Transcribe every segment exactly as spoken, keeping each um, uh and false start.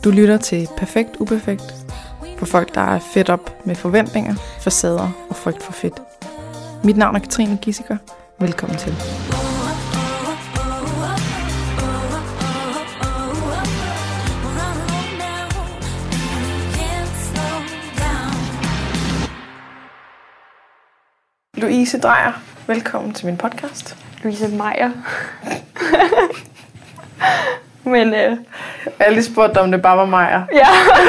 Du lytter til Perfekt Uperfekt for folk, der er fedt op med forventninger, facader og frygt for fedt. Mit navn er Katrine Gissiker. Velkommen til. Louise Drejer, velkommen til min podcast. Louise Meyer. Men øh... jeg har lige spurgt dig, om det bare var Meyer. Ja.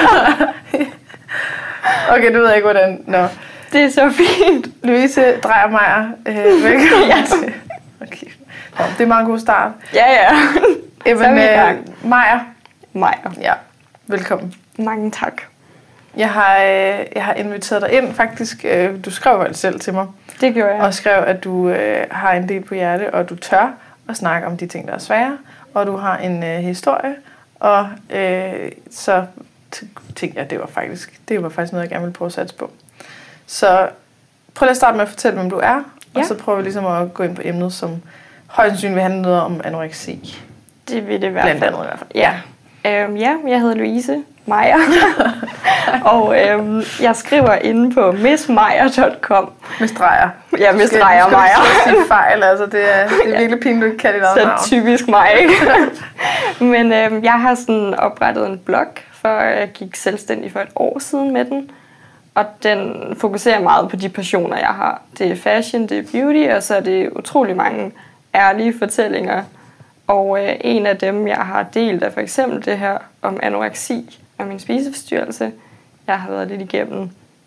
Okay, du ved ikke, hvordan... Nå. Det er så fint. Louise Drejer Meyer, øh, velkommen ja. til. Okay. Nå, det er en meget god start. Ja, ja. Eben, så er vi i gang. Øh, Meyer. Meyer. Ja, velkommen. Mange tak. Jeg har, øh, jeg har inviteret dig ind, faktisk. Øh, du skrev vel selv til mig. Det gjorde jeg. Og skrev, at du øh, har en del på hjerte, og du tør at snakke om de ting, der er svære. Og du har en øh, historie. Og øh, så tænkte jeg, at det var faktisk, det var faktisk noget, jeg gerne ville prøve at satse på. Så prøv lige at starte med at fortælle, hvem du er. Ja. Og så prøver vi ligesom at gå ind på emnet, som højst sandsynligt vil handle noget om anoreksi. Det vil det i hvert fald. Blandt andet i hvert fald. Ja. Øhm, ja, jeg hedder Louise Meyer. Og øhm, jeg skriver inde på miss meyer punktum com. Med streger. Ja, med streger Meyer. Du skal sige fejl, altså det er, det er virkelig pinligt, du ikke kan dit eget navn. Så typisk mig, ikke? Men øhm, jeg har sådan oprettet en blog, for jeg gik selvstændig for et år siden med den. Og den fokuserer meget på de passioner, jeg har. Det er fashion, det er beauty, og så er det utrolig mange ærlige fortællinger. Og øh, en af dem, jeg har delt, er for eksempel det her om anoreksi og min spiseforstyrrelse. Jeg har været lidt igennem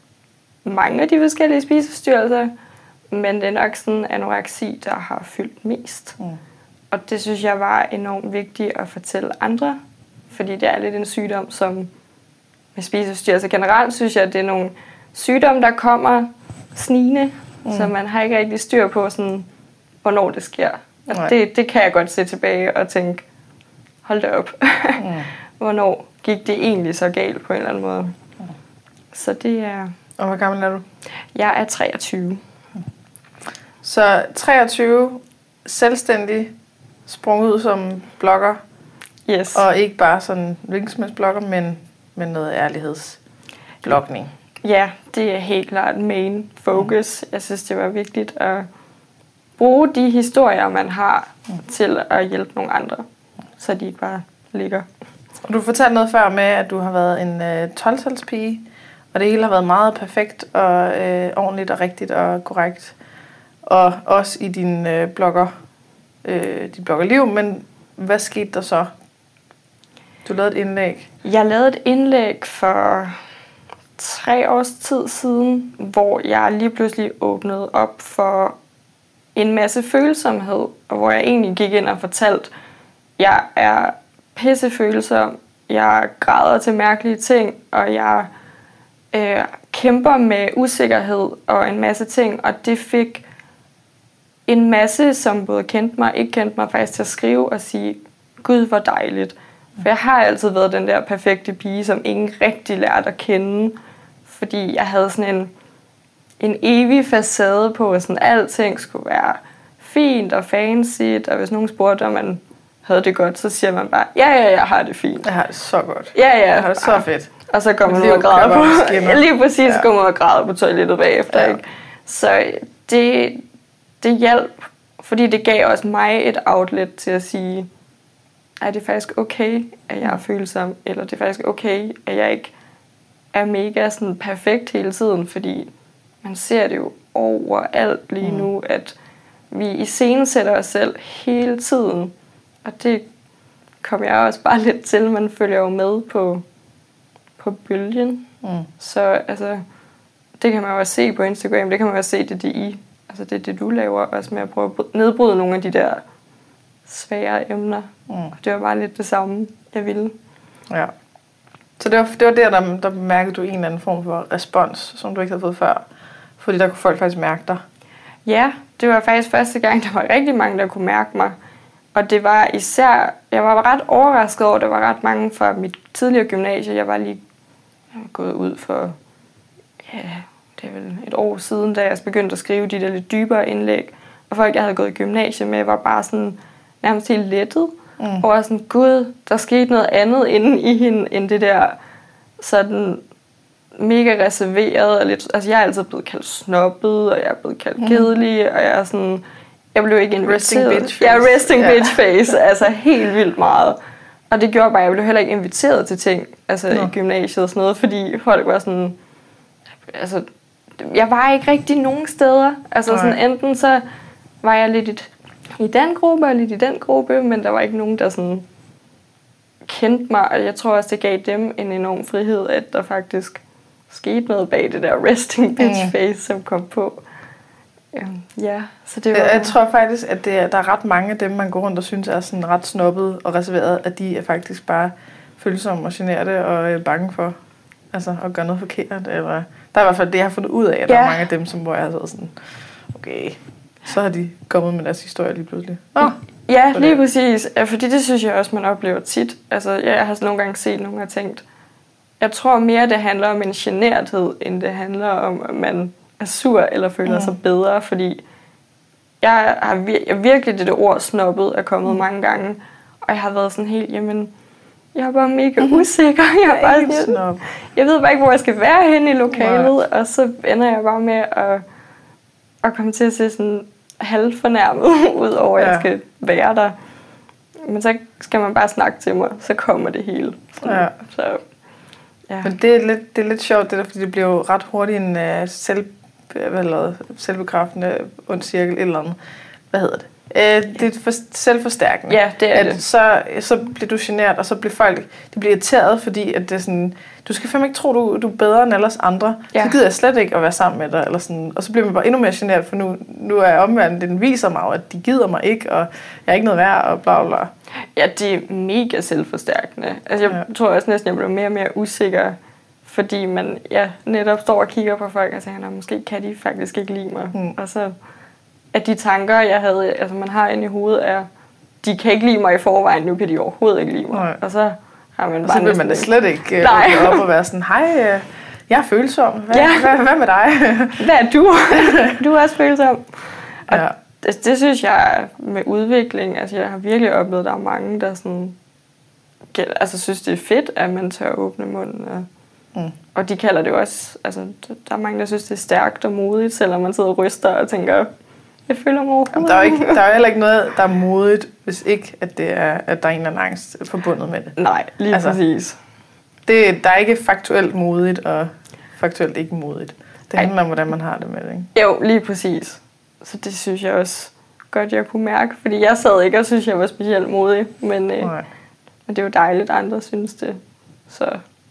mange af de forskellige spiseforstyrrelser, men det er nok sådan anoreksi, der har fyldt mest. Mm. Og det synes jeg var enormt vigtigt at fortælle andre, fordi det er lidt en sygdom, som med spiseforstyrrelser generelt, synes jeg, at det er nogle sygdomme, der kommer snigende, mm. så man har ikke rigtig styr på, sådan, hvornår det sker. Altså det, det kan jeg godt se tilbage og tænke, hold da op. Mm. Hvornår gik det egentlig så galt på en eller anden måde? Mm. Så det er... Og hvor gammel er du? Jeg er treogtyve. Mm. Så treogtyve, selvstændig, sprunget ud som blogger. Yes. Og ikke bare sådan virksomhedsblogger, men, men noget ærlighedsblogning. Ja, det er helt klart main focus. Mm. Jeg synes, det var vigtigt at bruge de historier, man har, mm. til at hjælpe nogle andre, så de ikke bare ligger. Du fortalte noget før med, at du har været en øh, tolv-talspige, og det hele har været meget perfekt og øh, ordentligt og rigtigt og korrekt. Og også i din øh, blogger, øh, dit bloggerliv, men hvad skete der så? Du lavede et indlæg. Jeg lavede et indlæg for tre års tid siden, hvor jeg lige pludselig åbnede op for en masse følsomhed, og hvor jeg egentlig gik ind og fortalte, jeg er pissefølsom, jeg græder til mærkelige ting, og jeg øh, kæmper med usikkerhed og en masse ting, og det fik en masse, som både kendte mig og ikke kendte mig, faktisk til at skrive og sige, Gud, hvor dejligt. For jeg har altid været den der perfekte pige, som ingen rigtig lærte at kende, fordi jeg havde sådan en en evig facade på, at sådan alting skulle være fint og fancy, og hvis nogen spurgte, om man havde det godt, så siger man bare, ja, ja, jeg har det fint. Jeg har det så godt. Ja, ja. Jeg har det så fedt. Og så går man ud og græder på, lige præcis, ja. går man ud og græder på toilettet bagefter, ja. ikke? Så det, det hjalp, fordi det gav også mig et outlet til at sige, er det faktisk okay, at jeg er følsom, eller det er faktisk okay, at jeg ikke er mega sådan perfekt hele tiden, fordi man ser det jo overalt lige mm. nu, at vi iscenesætter os selv hele tiden. Og det kom jeg også bare lidt til. Man følger jo med på, på bølgen. Mm. Så altså, det kan man jo også se på Instagram. Det kan man jo også se, det, det I. Altså det er det, du laver også med at prøve at nedbryde nogle af de der svære emner. Mm. Og det var bare lidt det samme, jeg ville. Ja. Så det var, det var der, der, der mærkede du en eller anden form for respons, som du ikke havde fået før. Fordi der kunne folk faktisk mærke dig. Ja, det var faktisk første gang, der var rigtig mange, der kunne mærke mig. Og det var især, jeg var ret overrasket over, at der var ret mange fra mit tidligere gymnasie. Jeg var lige jeg var gået ud for, ja, det er vel et år siden, da jeg begyndte at skrive de der lidt dybere indlæg. Og folk, jeg havde gået i gymnasie med, var bare sådan nærmest helt lettet. Mm. Og var sådan, gud, der skete noget andet inde i hende, end det der sådan mega reserveret. Og lidt, altså jeg er altid blevet kaldt snobbet, og jeg er blevet kaldt mm. kedelig, og jeg er sådan, jeg blev ikke inviteret. Resting bitch face. Ja, resting yeah. bitch face, altså helt vildt meget. Og det gjorde bare, at jeg blev heller ikke inviteret til ting, altså no. i gymnasiet og sådan noget, fordi folk var sådan, altså, jeg var ikke rigtig nogen steder. Altså Nej. sådan, enten så var jeg lidt i, i den gruppe, og lidt i den gruppe, men der var ikke nogen, der sådan kendte mig. Og jeg tror også, det gav dem en enorm frihed, at der faktisk skete noget bag det der resting bitch mm. face, som kom på. Øhm, ja, så det var... Jeg, jeg tror faktisk, at det er, der er ret mange af dem, man går rundt og synes er sådan ret snobbet og reserveret, at de er faktisk bare følsomme og generede og øh, bange for altså, at gøre noget forkert. Eller, der er i hvert fald det, jeg har fundet ud af, at ja. der er mange af dem, som, hvor jeg har været sådan, okay, så har de kommet med deres historie lige pludselig. Nå, ja, lige det. præcis. Ja, fordi det synes jeg også, man oplever tit. Altså, jeg har nogle gange set, nogle har tænkt, jeg tror mere, det handler om en generthed, end det handler om, at man er sur eller føler mm. sig bedre, fordi jeg har vir- jeg virkelig det der ord snobbet er kommet mm. mange gange, og jeg har været sådan helt, jamen, jeg er bare mega usikker. Jeg, er bare sådan, jeg ved bare ikke, hvor jeg skal være henne i lokalet, Nej. og så ender jeg bare med at, at komme til at se sådan halvfornærmet ud over, at ja. jeg skal være der. Men så skal man bare snakke til mig, så kommer det hele. Ja. Så, ja. Men det er, lidt, det er lidt sjovt, det der, fordi det bliver jo ret hurtigt en uh, selv, hvad selvbekræftende ond cirkel, et eller andet. Hvad hedder det? Uh, det er for, selvforstærkende. Ja, det er at det. Så, så bliver du genert, og så bliver folk de bliver irriteret, fordi at det er sådan, du skal fandme ikke tro, du, du er bedre end alle os andre. Ja. Så gider jeg slet ikke at være sammen med dig. Eller sådan. Og så bliver man bare endnu mere genert, for nu, nu er omverdenen, den viser mig, at de gider mig ikke, og jeg er ikke noget værd, og bla bla. Ja, det er mega selvforstærkende. Altså, jeg ja. tror også næsten, jeg bliver mere og mere usikker, fordi man ja, netop står og kigger på folk og siger, måske kan de faktisk ikke lide mig. Hmm. Og så at de tanker, jeg havde, altså man har inde i hovedet, er, de kan ikke lide mig i forvejen, nu kan de overhovedet ikke lide mig. Nej. Og så har man og bare så vil man da slet ikke uh, op og være sådan, hej, uh, jeg er følsom. Hvad, ja. hvad, hvad med dig? Hvad er du? Du er også følsom. Og ja. det, det synes jeg med udvikling, altså jeg har virkelig oplevet, at der er mange, der sådan, altså synes, det er fedt, at man tør åbne munden. Og, mm. og de kalder det også, altså der er mange, der synes, det er stærkt og modigt, selvom man sidder og ryster og tænker, jeg føler mig overhovedet. Der er jo ikke, der er jo heller ikke noget, der er modigt, hvis ikke, at, det er, at der er en eller anden angst forbundet med det. Nej, lige altså, præcis. Det, der er ikke faktuelt modigt, og faktuelt ikke modigt. Det handler om, hvordan man har det med det, ikke? Jo, lige præcis. Så det synes jeg også godt, jeg kunne mærke. Fordi jeg sad ikke og synes, jeg var specielt modig. Men, øh, men det er jo dejligt, at andre synes det. Så.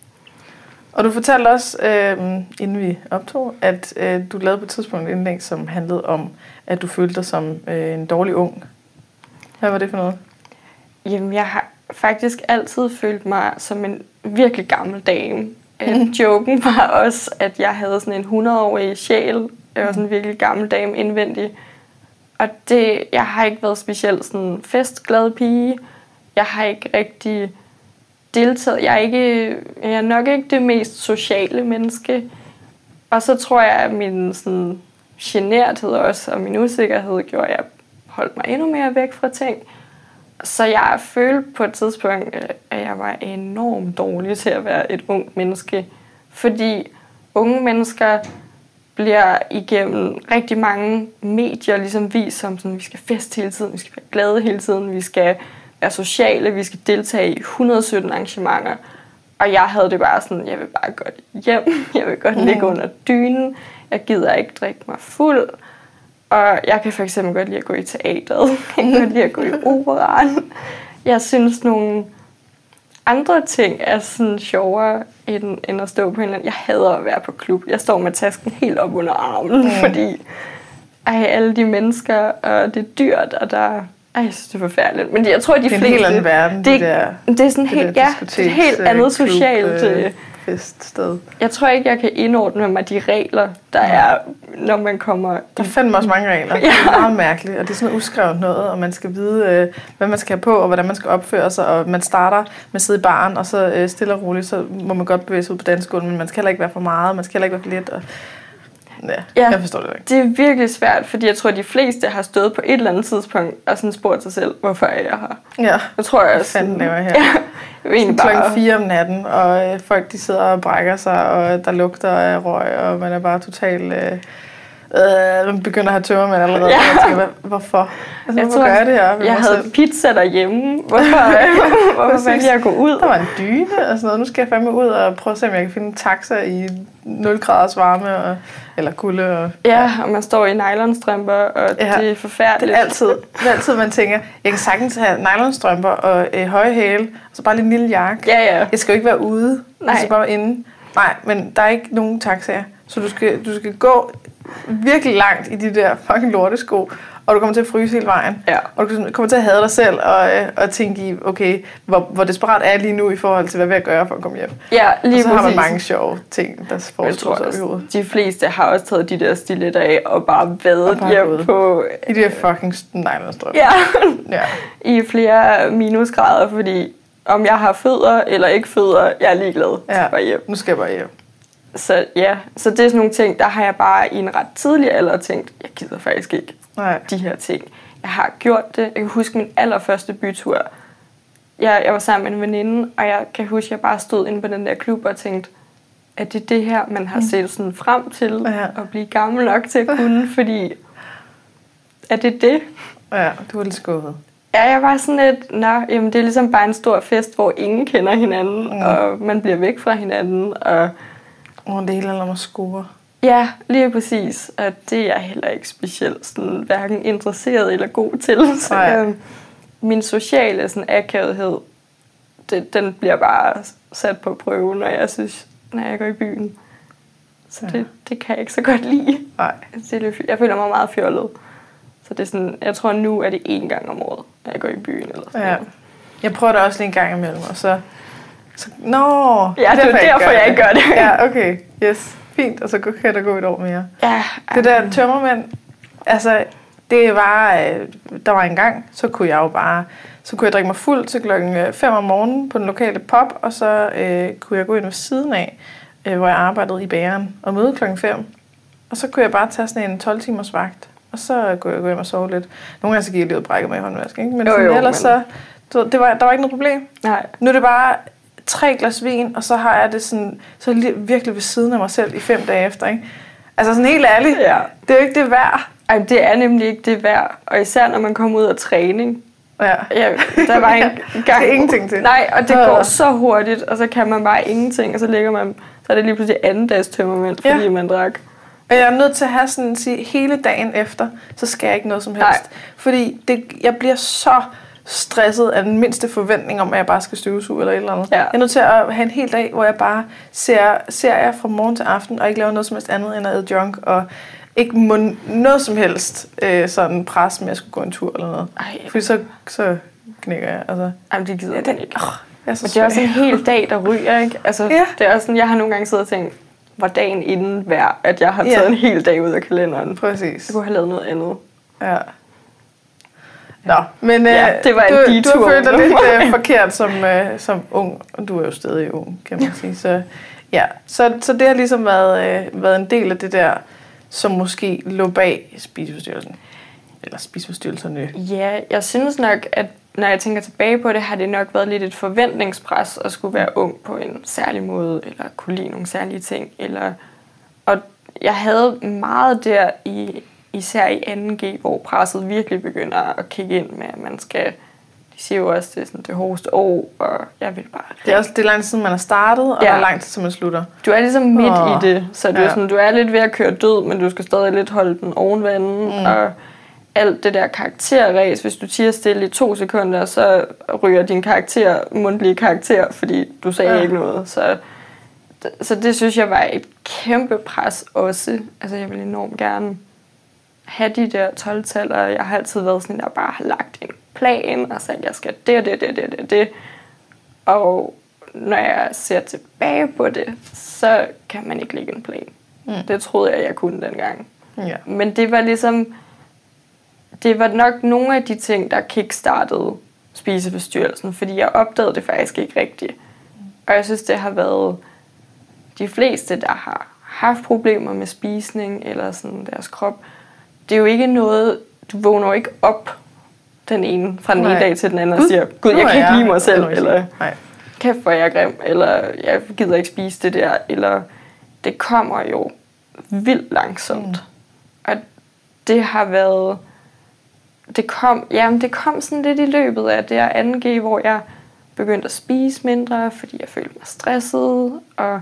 Og du fortalte også, øh, inden vi optog, at øh, du lavede på et tidspunkt et indlæg, som handlede om, at du følte dig som øh, en dårlig ung. Hvad var det for noget? Jamen, jeg har faktisk altid følt mig som en virkelig gammel dame. Mm. Joken var også, at jeg havde sådan en hundrede-årig sjæl. Jeg var sådan en virkelig gammel dame indvendig. Og det, jeg har ikke været specielt sådan festglad pige. Jeg har ikke rigtig deltaget. Jeg er, ikke, jeg er nok ikke det mest sociale menneske. Og så tror jeg, at min sådan generthed også, og min usikkerhed gjorde, at jeg holdt mig endnu mere væk fra ting. Så jeg følte på et tidspunkt, at jeg var enormt dårlig til at være et ungt menneske. Fordi unge mennesker bliver igennem rigtig mange medier ligesom vist som sådan, vi skal feste hele tiden, vi skal være glade hele tiden, vi skal være sociale, vi skal deltage i et hundrede og sytten arrangementer. Og jeg havde det bare sådan, jeg vil bare godt hjem, jeg vil godt ligge under dynen, jeg gider ikke drikke mig fuld. Og jeg kan for eksempel godt lide at gå i teateret, jeg kan godt lide at gå i operaen. Jeg synes nogle andre ting er sådan sjovere end, end at stå på en eller anden. Jeg hader at være på klub. Jeg står med tasken helt op under armen, mm. fordi ej, alle de mennesker, og det er dyrt, og der ej, jeg synes, det er forfærdeligt. Men jeg tror, de fleste... Det er en helt anden verden, det, det der... Det er sådan helt, ja, det er helt andet socialt... Øh, feststed. Jeg tror ikke, jeg kan indordne mig de regler, der er, når man kommer... Der er fandme også mange regler. Ja. Det er meget mærkeligt, og det er sådan uskrevet noget, og man skal vide, hvad man skal have på, og hvordan man skal opføre sig, og man starter med at sidde i baren, og så stille og roligt, så må man godt bevæge sig ud på dansegulvet, men man skal heller ikke være for meget, man skal heller ikke være for lidt. Og... Ja, Ja. jeg forstår det ikke. Det er virkelig svært, fordi jeg tror, at de fleste har stået på et eller andet tidspunkt og sådan spurgt sig selv, hvorfor er jeg her? Ja, Jeg tror, jeg hvad fanden laver jeg her? Ja, jeg vil egentlig Klokken bare... fire om natten, og øh, folk de sidder og brækker sig, og der lugter af røg, og man er bare totalt... Øh, øh, man begynder at have tømmermænd allerede, Ja. og jeg tænker, hvad, hvorfor? Altså, Jeg hvorfor tror, gør jeg det her? ved Jeg mig havde selv? pizza derhjemme. Hvorfor, hvorfor valgte jeg at gå ud? Der var en dyne og sådan noget. Nu skal jeg fandme ud og prøve at se, om jeg kan finde en taxa i nul graders varme, og, eller kulde. Og, Ja, og man står i nylonstrømper, og Ja. det er forfærdeligt. Det er altid, det er altid, man tænker, jeg kan sagtens have nylonstrømper og øh, høje hæle, og så bare lige en lille jakke. Ja, ja. Jeg skal jo ikke være ude, Nej. jeg skal bare være inde. Nej, men der er ikke nogen taxaer, så du skal, du skal gå virkelig langt i de der fucking lortesko, og du kommer til at fryse hele vejen. Ja. Og du kommer til at hade dig selv og, øh, og tænke i, okay, hvor, hvor desperat er jeg lige nu i forhold til, hvad vil jeg gøre for at komme hjem. Ja, lige Og så har man præcis. mange sjove ting, der Jeg forestår tror sig i hovedet. også, de fleste har også taget de der stiletter af og bare vadet Og bare hjem gået. på... I de der fucking nylonstrømper. Ja, Ja. i flere minusgrader, fordi om jeg har fødder eller ikke fødder, jeg er ligeglad. Ja. Ja. Bare hjem. Nu skal jeg bare hjem. Så ja, så det er sådan nogle ting, der har jeg bare i en ret tidlig alder tænkt, jeg gider faktisk ikke Nej. de her ting. Jeg har gjort det. Jeg kan huske min allerførste bytur. Jeg, jeg var sammen med en veninde, og jeg kan huske, at jeg bare stod inde på den der klub og tænkte, at det er det her, man har set sådan frem til Ja. at blive gammel nok til at kunne, fordi er det det? Ja, du var lidt skuffet. Ja, jeg var sådan lidt, nå, jamen det er ligesom bare en stor fest, hvor ingen kender hinanden, Mm. og man bliver væk fra hinanden, og Åh, det hele handler om at score. ja, lige præcis. Og det er jeg heller ikke specielt sådan, hverken interesseret eller god til. Så Nej. øh, min sociale sådan, akavethed, det, den bliver bare sat på prøve, når jeg synes, når jeg går i byen. Så Ja. det, det kan jeg ikke så godt lide. Nej. Det er lidt, jeg føler mig meget fjollet. Så det er sådan, jeg tror nu er det én gang om året, når jeg går i byen. Eller sådan Ja. noget. Jeg prøver det også lige en gang imellem, og så... så nå, Ja, det er derfor, jeg ikke gør det. Ja, okay. Yes. Fint, og så kan der gå et år mere. Ja, Det der tømmermænd, altså, det var, øh, der var en gang, så kunne jeg jo bare, så kunne jeg drikke mig fuld til klokken fem om morgenen på den lokale pub, og så øh, kunne jeg gå ind ved siden af, øh, hvor jeg arbejdede i bageren, og møde klokken fem. Og så kunne jeg bare tage sådan en tolv timers vagt, og så kunne jeg gå hjem og sove lidt. Nogle gange så gik jeg lige ud og brække mig i håndvask, ikke? Men Jo, sådan, jo, ellers men- så, du ved, det var, der var ikke noget problem. nej. Nu er det bare tre glas vin, og så har jeg det sådan, så er jeg lige virkelig ved siden af mig selv i fem dage efter, ikke? Altså sådan helt ærligt, Ja. det er jo ikke det værd. Ej, det er nemlig ikke det værd. Og især når man kommer ud af træning. Ja. Ja, der var en gang... Skal ingenting til. Nej, og det Ja. går så hurtigt, og så kan man bare ingenting, og så ligger man... Så er det lige pludselig anden dags tømmermænd, fordi Ja. man drak. Og jeg er nødt til at have sådan, sige, hele dagen efter, så skal jeg ikke noget som helst. Nej. Fordi det, jeg bliver så stresset af den mindste forventning om, at jeg bare skal støvsuge eller et eller andet. Ja. Jeg er nødt til at have en hel dag, hvor jeg bare ser serier fra morgen til aften, og ikke laver noget som helst andet end at æde junk, og ikke må noget som helst øh, sådan pres med, at jeg skulle gå en tur eller noget. Ej, Fordi så, så knækker jeg. Altså, Jamen, det gider ja, man det, ikke. åh, jeg er så Men det er også en svag. hel dag, der ryger, ikke? Altså, Ja. det er også sådan, jeg har nogle gange siddet og tænkt, var dagen inden værd, at jeg har Ja. taget en hel dag ud af kalenderen. Præcis. Jeg kunne have lavet noget andet. Ja. Nå, men Ja, øh, det var en du, du detur. har følt dig lidt øh, forkert som, øh, som ung, og du er jo stadig ung, kan man sige. Så, ja. så, så det har ligesom været, øh, været en del af det der, som måske lå bag spiseforstyrrelsen. Eller spiseforstyrrelserne. Ja, jeg synes nok, at når jeg tænker tilbage på det, har det nok været lidt et forventningspres at skulle være ung på en særlig måde, eller kunne lide nogle særlige ting. Eller, og jeg havde meget der, i, især i anden G, hvor presset virkelig begynder at kigge ind med, at man skal, de siger jo også, det er sådan det hårdeste år, og jeg vil bare... Det er også det er lang tid siden, man har startet, og Ja. der er lang tid, til man slutter. Du er ligesom midt Åh, i det, så du, ja. er sådan, du er lidt ved at køre død, men du skal stadig lidt holde den oven vandet, mm. og alt det der karakterræs, hvis du tiger stille i to sekunder, så ryger din karakter, mundtlige karakter, fordi du sagde Ja. ja. ikke noget. Så, så det synes jeg var et kæmpe pres også. Altså jeg vil enormt gerne have de der tolv-tal, og jeg har altid været sådan, der bare har lagt en plan, og sagt, jeg skal det og det, det, det, det, det. Og når jeg ser tilbage på det, så kan man ikke lægge en plan. Mm. Det troede jeg, jeg kunne dengang. Ja. Men det var ligesom, det var nok nogle af de ting, der kickstartede spiseforstyrrelsen, fordi jeg opdagede det faktisk ikke rigtigt. Og jeg synes, det har været de fleste, der har haft problemer med spisning eller sådan deres krop, det er jo ikke noget, du vågner ikke op den ene fra den Nej. ene dag til den anden og siger, gud, jeg kan ikke lide mig selv, eller Nej. kæft, hvor jeg er grim, eller jeg gider ikke spise det der, eller det kommer jo vildt langsomt. Mm. Og det har været, det kom, jamen det kom sådan lidt i løbet af det her anden G, hvor jeg begyndte at spise mindre, fordi jeg følte mig stresset, og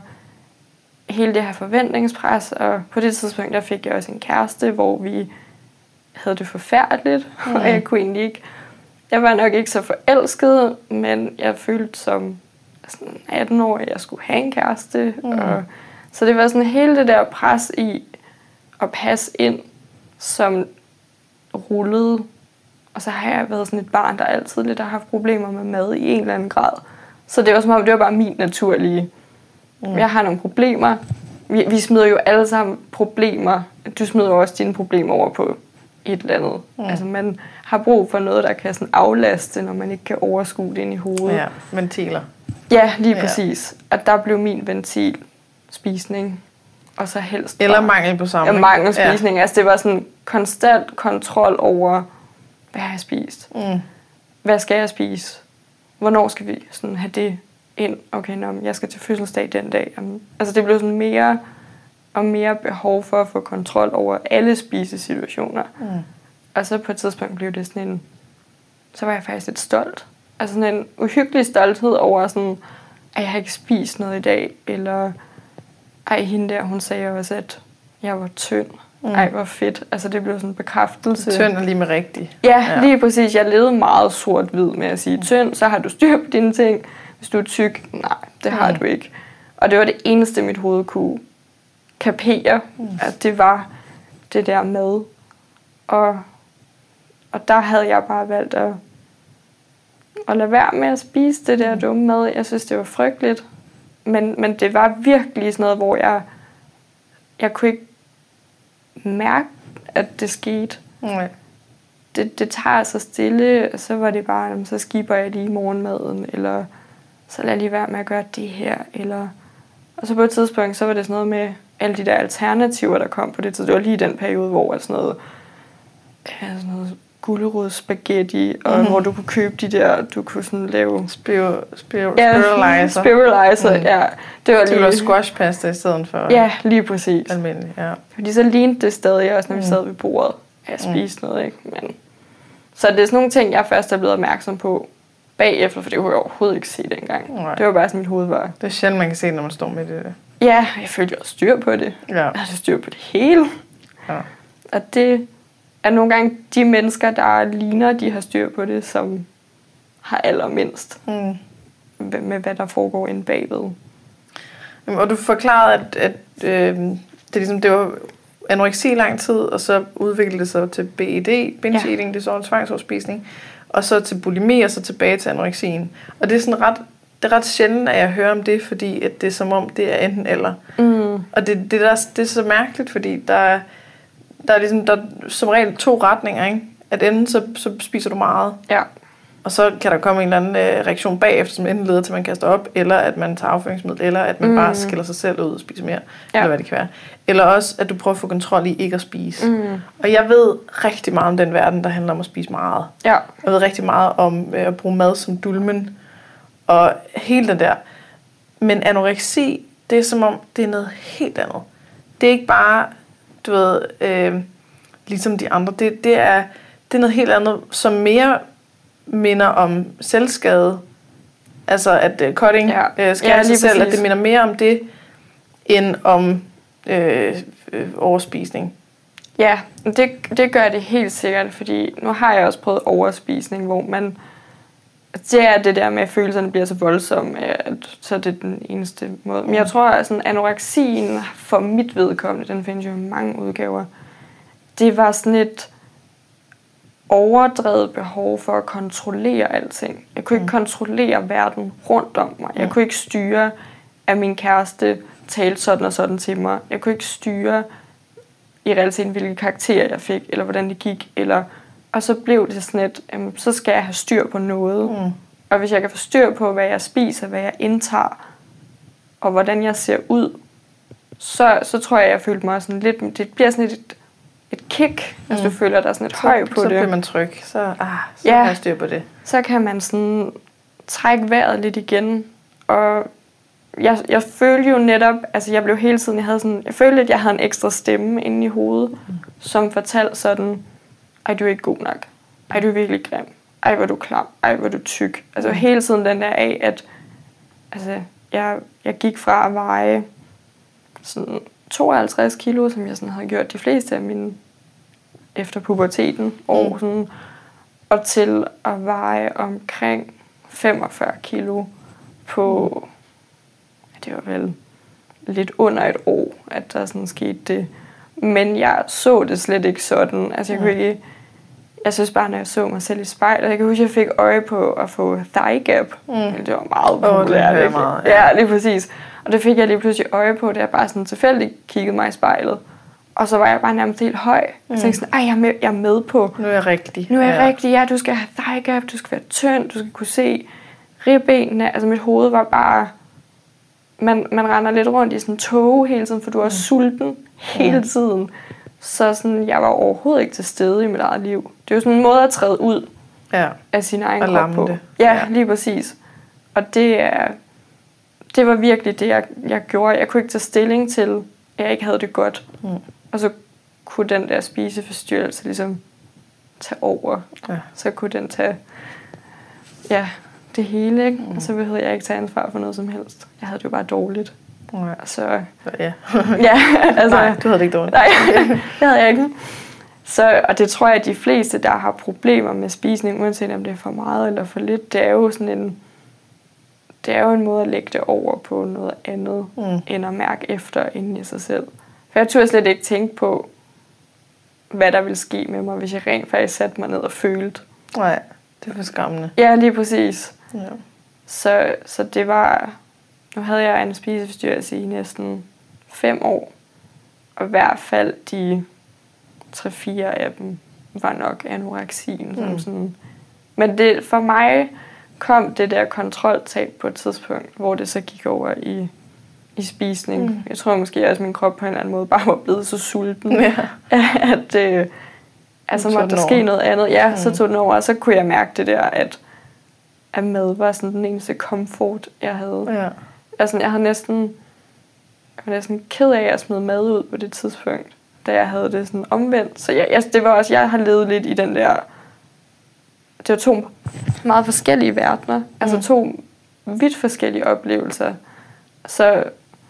hele det her forventningspres, og på det tidspunkt, der fik jeg også en kæreste, hvor vi havde det forfærdeligt, mm. og jeg kunne egentlig ikke, jeg var nok ikke så forelsket, men jeg følte som sådan atten-årig, at jeg skulle have en kæreste, mm. og så det var sådan hele det der pres i at passe ind, som rullede. Og så har jeg været sådan et barn, der altid lidt har haft problemer med mad i en eller anden grad. Så det var som om, det var bare min naturlige. Mm. Jeg har nogle problemer. Vi, vi smider jo alle sammen problemer. Du smider jo også dine problemer over på et eller andet. Mm. Altså man har brug for noget, der kan sådan aflaste, når man ikke kan overskue det ind i hovedet. Ja, ventiler. Ja, lige præcis. Ja. Og der blev min ventil spisning. Og så helst eller bare, mangel på samling. Ja, mangel spisning. Ja. Altså det var sådan konstant kontrol over, hvad har jeg spist? Mm. Hvad skal jeg spise? Hvornår skal vi sådan have det ind? Okay, nå, jeg skal til fødselsdag den dag. Altså det blev sådan mere og mere behov for at få kontrol over alle spisesituationer. Mm. Og så på et tidspunkt blev det sådan en, så var jeg faktisk lidt stolt. Altså sådan en uhyggelig stolthed over sådan, at jeg har ikke spist noget i dag, eller ej, hende der, hun sagde også, at jeg var tynd. Mm. Ej, hvor fedt. Altså, det blev sådan en bekræftelse. Tynd er lige med rigtig. Ja, ja, lige præcis. Jeg levede meget sort-hvid med at sige, tynd, så har du styr på dine ting. Hvis du er tyk, nej, det har mm. du ikke. Og det var det eneste, mit hoved kunne kapere, mm. at det var det der med. Og, og der havde jeg bare valgt at, at lade være med at spise det der dumme mad. Jeg synes, det var frygteligt. Men, men det var virkelig sådan noget, hvor jeg, jeg kunne ikke mærke, at det skete. Nej. Det, det tager sig stille, og så var det bare, så skipper jeg lige morgenmaden, eller så lader jeg lige være med at gøre det her. Eller og så på et tidspunkt, så var det sådan noget med alle de der alternativer, der kom på det tid. Det var lige den periode, hvor sådan noget, ja, sådan noget gulerod spaghetti, og mm-hmm. hvor du kunne købe de der, du kunne sådan lave Spir- spir- ja, spiralizer. Spiralizer, mm. ja. Det var lige squash pasta i stedet for ja, lige præcis. Almindelig, ja. Fordi så lignede det stadig også, når mm. vi sad ved bordet. Jeg spiste mm. noget, ikke? Men så det er sådan nogle ting, jeg først er blevet opmærksom på bagefter, for det kunne jeg overhovedet ikke se dengang. Nej. Det var bare sådan, mit hoved var. Det er sjældent, man kan se, når man står med det. Ja, jeg følte, jeg havde styr på det. Ja. Jeg havde styr på det hele. Ja. Og det er nogle gange de mennesker, der ligner, de har styr på det, som har allermindst mm. med, med, hvad der foregår inde bagved. Og du forklarede, at, at øh, det, ligesom, det var anoreksi i lang tid, og så udviklede det sig til B E D, binge ja. eating disorder, tvangsoverspisning, og så til bulimi, og så tilbage til anoreksien. Og det er sådan ret, det er ret sjældent, at jeg hører om det, fordi at det er som om, det er enten eller. Mm. Og det, det, der, det er så mærkeligt, fordi der, der er ligesom, der er som regel to retninger, ikke? At enten så, så spiser du meget, ja. Og så kan der komme en eller anden øh, reaktion bagefter, som enten leder til, at man kaster op, eller at man tager afføringsmiddel, eller at man mm. bare skiller sig selv ud og spiser mere, ja. Eller hvad det kan være. Eller også, at du prøver at få kontrol i ikke at spise. Mm. Og jeg ved rigtig meget om den verden, der handler om at spise meget. Ja. Jeg ved rigtig meget om øh, at bruge mad som dulmen, og hele den der. Men anoreksi, det er som om, det er noget helt andet. Det er ikke bare, du ved, øh, ligesom de andre. Det, det, er, det er noget helt andet, som mere minder om selvskade, altså at uh, cutting ja. uh, skærer ja, sig selv, at det minder mere om det, end om øh, øh, overspisning. Ja, det, det gør det helt sikkert, fordi nu har jeg også prøvet overspisning, hvor man, det er det der med, at følelserne bliver så voldsomme, at så er det den eneste måde. Men jeg tror, at sådan, anoreksien for mit vedkommende, den findes jo i mange udgaver, det var sådan et overdrevet behov for at kontrollere alting. Jeg kunne ikke mm. kontrollere verden rundt om mig. Jeg mm. kunne ikke styre, at min kæreste talte sådan og sådan til mig. Jeg kunne ikke styre i realiteten, hvilke karakterer jeg fik, eller hvordan det gik. Eller, og så blev det sådan et, um, så skal jeg have styr på noget. Mm. Og hvis jeg kan få styr på, hvad jeg spiser, hvad jeg indtager, og hvordan jeg ser ud, så, så tror jeg, jeg følte mig sådan lidt... Det bliver sådan et, et kick, hvis mm. du føler dig sådan et høj på så det. Så bliver man tryg. Så, ah, så ja, kan jeg styr på det. Så kan man sådan trække vejret lidt igen. Og jeg, jeg følte jo netop... Altså, jeg blev hele tiden... Jeg, havde sådan, jeg følte, at jeg havde en ekstra stemme inde i hovedet, mm. som fortalte sådan... Ej, du er ikke god nok. Ej, du er virkelig grim. Ej, hvor du klam. Ej, hvor du tyk. Altså, mm. hele tiden den der af, at... Altså, jeg, jeg gik fra at veje sådan tooghalvtreds kilo, som jeg sådan havde gjort de fleste af mine efter puberteten år, mm. sådan, og til at veje omkring femogfyrre kilo på, mm. det var vel lidt under et år, at der sådan skete det. Men jeg så det slet ikke sådan. Altså, jeg kunne ikke... Jeg synes bare, når jeg så mig selv i spejlet, jeg kan huske, at jeg fik øje på at få thigh gap. Mm. Det var meget populært. Oh, det meget, ja. ja, lige præcis. Og det fik jeg lige pludselig øje på, da jeg bare sådan tilfældigt kiggede mig i spejlet. Og så var jeg bare nærmest helt høj. Mm. Så jeg sådan, ej, jeg er, med, jeg er med på. Nu er jeg rigtig. Nu er jeg ja. rigtig, ja, du skal have thigh gap, du skal være tynd, du skal kunne se ribbenene. Altså mit hoved var bare... Man, man render lidt rundt i sådan en tåge hele tiden, for du er mm. sulten hele mm. tiden. Så sådan, jeg var overhovedet ikke til stede i mit eget liv. Det var sådan en måde at træde ud ja. af sin egen og krop på. Det. Ja, ja, lige præcis. Og det, er, det var virkelig det, jeg, jeg gjorde. Jeg kunne ikke tage stilling til, at jeg ikke havde det godt. Mm. Og så kunne den der spiseforstyrrelse ligesom tage over. Ja. Så kunne den tage ja, det hele, ikke? Mm. Og så behøvede jeg ikke tage ansvar for noget som helst. Jeg havde det jo bare dårligt. Ja. Så, ja. ja, altså, nej, du havde det ikke dårligt. Nej, det havde jeg ikke. Så, og det tror jeg, at de fleste, der har problemer med spisning, uanset om det er for meget eller for lidt, det er jo sådan en, det er jo en måde at lægge det over på noget andet, mm. end at mærke efter inden i sig selv. For jeg turde slet ikke tænke på, hvad der ville ske med mig, hvis jeg rent faktisk satte mig ned og følte. Nej, det er for skræmmende. Ja, lige præcis. Ja. Så, så det var... Nu havde jeg en spiseforstyrrelse i næsten fem år. Og i hvert fald de tre-fire af dem var nok anoreksien. Mm. Som sådan. Men det, for mig kom det der kontroltab på et tidspunkt, hvor det så gik over i, i spisning. Mm. Jeg tror måske også, at min krop på en eller anden måde bare var blevet så sulten, ja. at øh, altså måtte der ske noget andet. Ja, mm. så tog den over, og så kunne jeg mærke det der, at, at mad var sådan den eneste komfort, jeg havde. Ja. Altså, jeg havde næsten, jeg var næsten ked af at smide mad ud på det tidspunkt, da jeg havde det sådan omvendt. Så jeg, jeg, det var også, jeg har levet lidt i den der, det var to meget forskellige verdener, mm. altså to vidt forskellige oplevelser. Så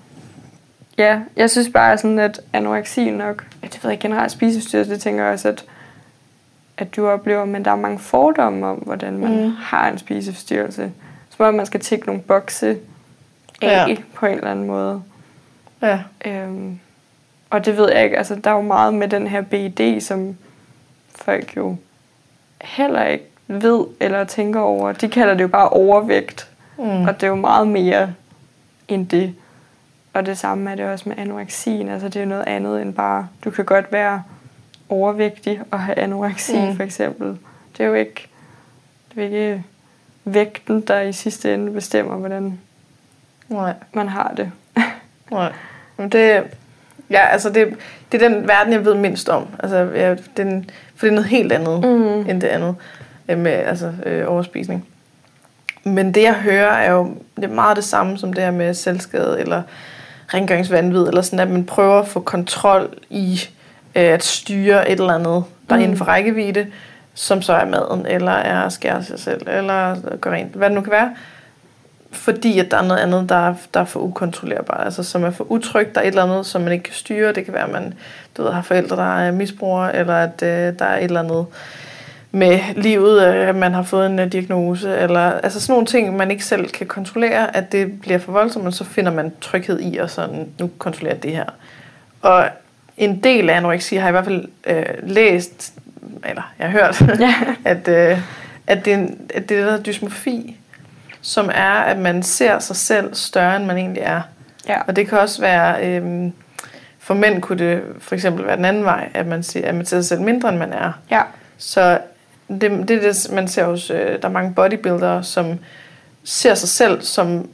ja, jeg synes bare sådan, at anoreksi nok, ja, det ved jeg generelt spiseforstyrrelse, det tænker jeg også, at, at du oplever, men der er mange fordomme om, hvordan man mm. har en spiseforstyrrelse. Som om man skal tække nogle bokse af ja. på en eller anden måde. Ja. Øhm, og det ved jeg ikke, altså der er jo meget med den her B I D, som folk jo heller ikke ved eller tænker over. De kalder det jo bare overvægt. Mm. Og det er jo meget mere end det. Og det samme er det også med anoreksien. Altså det er jo noget andet end bare, du kan godt være overvægtig og have anoreksi mm. for eksempel. Det er jo ikke, det er ikke vægten, der i sidste ende bestemmer, hvordan Nej. man har det. Nej. Men det, ja, altså det, det er den verden, jeg ved mindst om. Altså, ja, den, for det er noget helt andet mm. end det andet med altså, øh, overspisning. Men det, jeg hører, er jo det er meget det samme som det her med selvskade eller rengøringsvanvid, eller sådan, at man prøver at få kontrol i øh, at styre et eller andet, der er mm. inden for rækkevidde, som så er maden, eller er at skære sig selv, eller gøre rent, hvad det nu kan være. Fordi at der er noget andet, der er, der er for ukontrollerbart, altså som er for utrygt, der er et eller andet, som man ikke kan styre. Det kan være, at man du ved, har forældre, der er misbrugere, eller at øh, der er et eller andet med livet, at man har fået en uh, diagnose, eller altså sådan nogle ting, man ikke selv kan kontrollere, at det bliver for voldsomt, og så finder man tryghed i, og sådan, nu kontrollerer det her. Og en del af anoreksi har jeg i hvert fald øh, læst, eller jeg har hørt, ja. at, øh, at, det er en, at det er der dysmorfi, som er, at man ser sig selv større, end man egentlig er. Ja. Og det kan også være, øh, for mænd kunne det for eksempel være den anden vej, at man ser, at man ser sig selv mindre, end man er. Ja. Så det, det er det, man ser hos, øh, der er mange bodybuildere, som ser sig selv som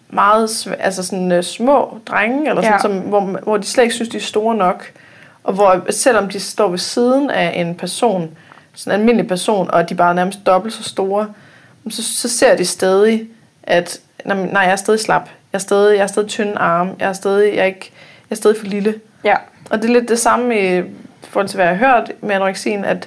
meget sv- altså sådan, uh, små drenge, eller sådan, Ja. som, hvor, hvor de slet ikke synes, de er store nok. Og hvor selvom de står ved siden af en person, sådan en almindelig person, og de bare er nærmest dobbelt så store, så, så ser de stadig, at nej, jeg er stadig slap. Jeg er stadig, jeg er stadig tynde arme. Jeg er stadig, jeg er ikke, jeg er stadig for lille. Ja. Og det er lidt det samme i forhold til, hvad jeg har hørt med anoreksien, at,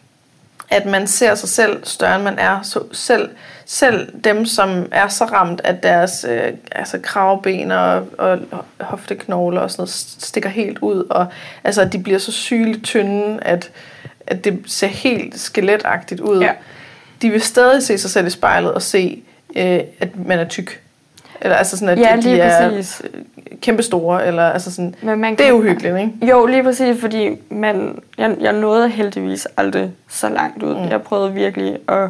at man ser sig selv større, end man er. Så selv, selv dem, som er så ramt, at deres øh, altså kravben og, og hofteknogler og sådan noget stikker helt ud, og altså, at de bliver så sygeligt tynde, at, at det ser helt skeletagtigt ud. Ja. De vil stadig se sig selv i spejlet og se, øh, at man er tyk. Eller altså sådan, at Ja, de lige er præcis. kæmpestore, eller altså sådan. Men man Det er kan- uhyggeligt, ikke? Jo, lige præcis, fordi man, jeg, jeg nåede heldigvis aldrig så langt ud. Mm. Jeg prøvede virkelig, og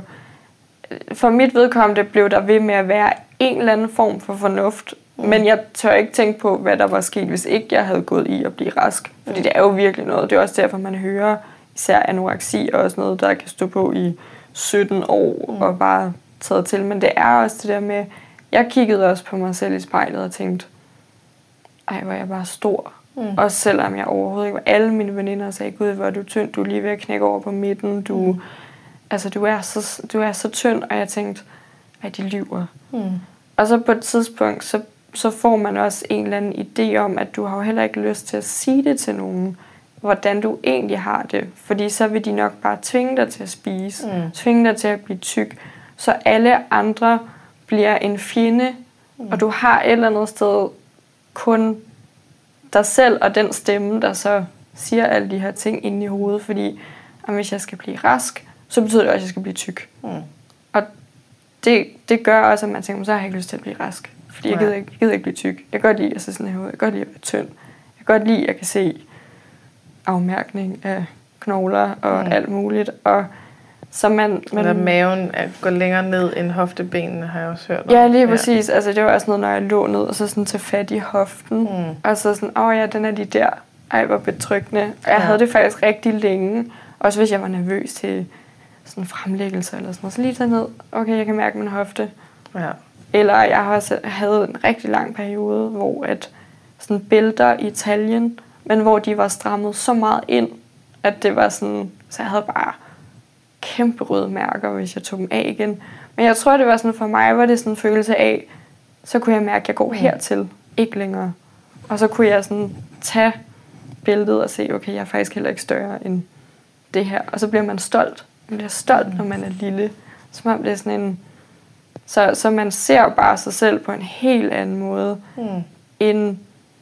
for mit vedkommende blev der ved med at være en eller anden form for fornuft. Mm. Men jeg tør ikke tænke på, hvad der var sket, hvis ikke jeg havde gået i at blive rask. Fordi mm. det er jo virkelig noget. Det er også derfor, man hører især anoreksi og sådan noget, der kan stå på i sytten år mm. og bare taget til. Men det er også det der med, jeg kiggede også på mig selv i spejlet og tænkte, ej, hvor er jeg bare stor. Mm. Også selvom jeg overhovedet ikke var. Alle mine veninder sagde, gud, hvor er du tynd, du er lige ved at knække over på midten, du, mm. altså, du, er, så, du er så tynd, og jeg tænkte, ej, de lyver. Mm. Og så på et tidspunkt, så, så får man også en eller anden idé om, at du har jo heller ikke lyst til at sige det til nogen, hvordan du egentlig har det. Fordi så vil de nok bare tvinge dig til at spise, mm. tvinge dig til at blive tyk, så alle andre bliver en fjende, mm. og du har et eller andet sted kun dig selv og den stemme, der så siger alle de her ting inde i hovedet, fordi om hvis jeg skal blive rask, så betyder det også, at jeg skal blive tyk. Mm. Og det, det gør også, at man tænker, så har jeg ikke lyst til at blive rask, fordi jeg gider, ikke, jeg gider ikke blive tyk. Jeg kan godt lide at se sådan her ud, jeg kan godt lide at være tynd. Jeg kan godt lide, at jeg kan se afmærkning af knogler og mm. alt muligt, og så man, man eller maven at gå længere ned end hoftebenene, har jeg også hørt om. Ja, lige præcis. Ja. Altså, det var også noget, når jeg lå ned, og så sådan tage fat i hoften. Mm. Og så sådan, åh ja, den er lige der. Ej, hvor betryggende. Og jeg ja. havde det faktisk rigtig længe. Også hvis jeg var nervøs til sådan fremlæggelse eller sådan noget. Så lige tage ned. Okay, jeg kan mærke min hofte. Ja. Eller jeg har også havde en rigtig lang periode, hvor at sådan bælter i taljen, men hvor de var strammet så meget ind, at det var sådan, så jeg havde bare kæmpe røde mærker, hvis jeg tog dem af igen. Men jeg tror, det var sådan, for mig var det sådan en følelse af, så kunne jeg mærke, at jeg går hertil, ikke længere. Og så kunne jeg sådan tage billedet og se, okay, jeg er faktisk heller ikke større end det her. Og så bliver man stolt. Man bliver stolt, når man er lille. Som om det er sådan en... Så, så man ser bare sig selv på en helt anden måde, mm. end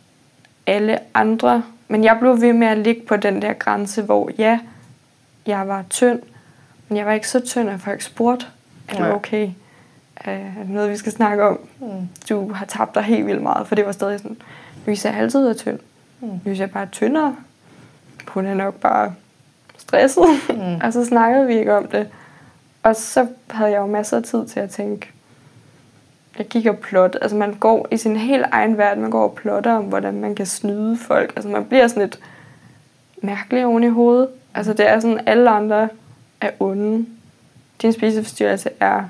alle andre. Men jeg blev ved med at ligge på den der grænse, hvor ja, jeg var tynd, men jeg var ikke så tynd, at folk spurgte, er det okay? Er det noget, vi skal snakke om? Mm. Du har tabt dig helt vildt meget, for det var stadig sådan, Louise er altid været tynd. Mm. Louise er bare tyndere. Hun er nok bare stresset. Mm. Og så snakkede vi ikke om det. Og så havde jeg jo masser af tid til at tænke, jeg gik og plot. Altså man går i sin helt egen verden, man går og plotter om, hvordan man kan snyde folk. Altså man bliver sådan lidt mærkelig oven i hovedet. Altså det er sådan, alle andre er onde. Din spiseforstyrrelse er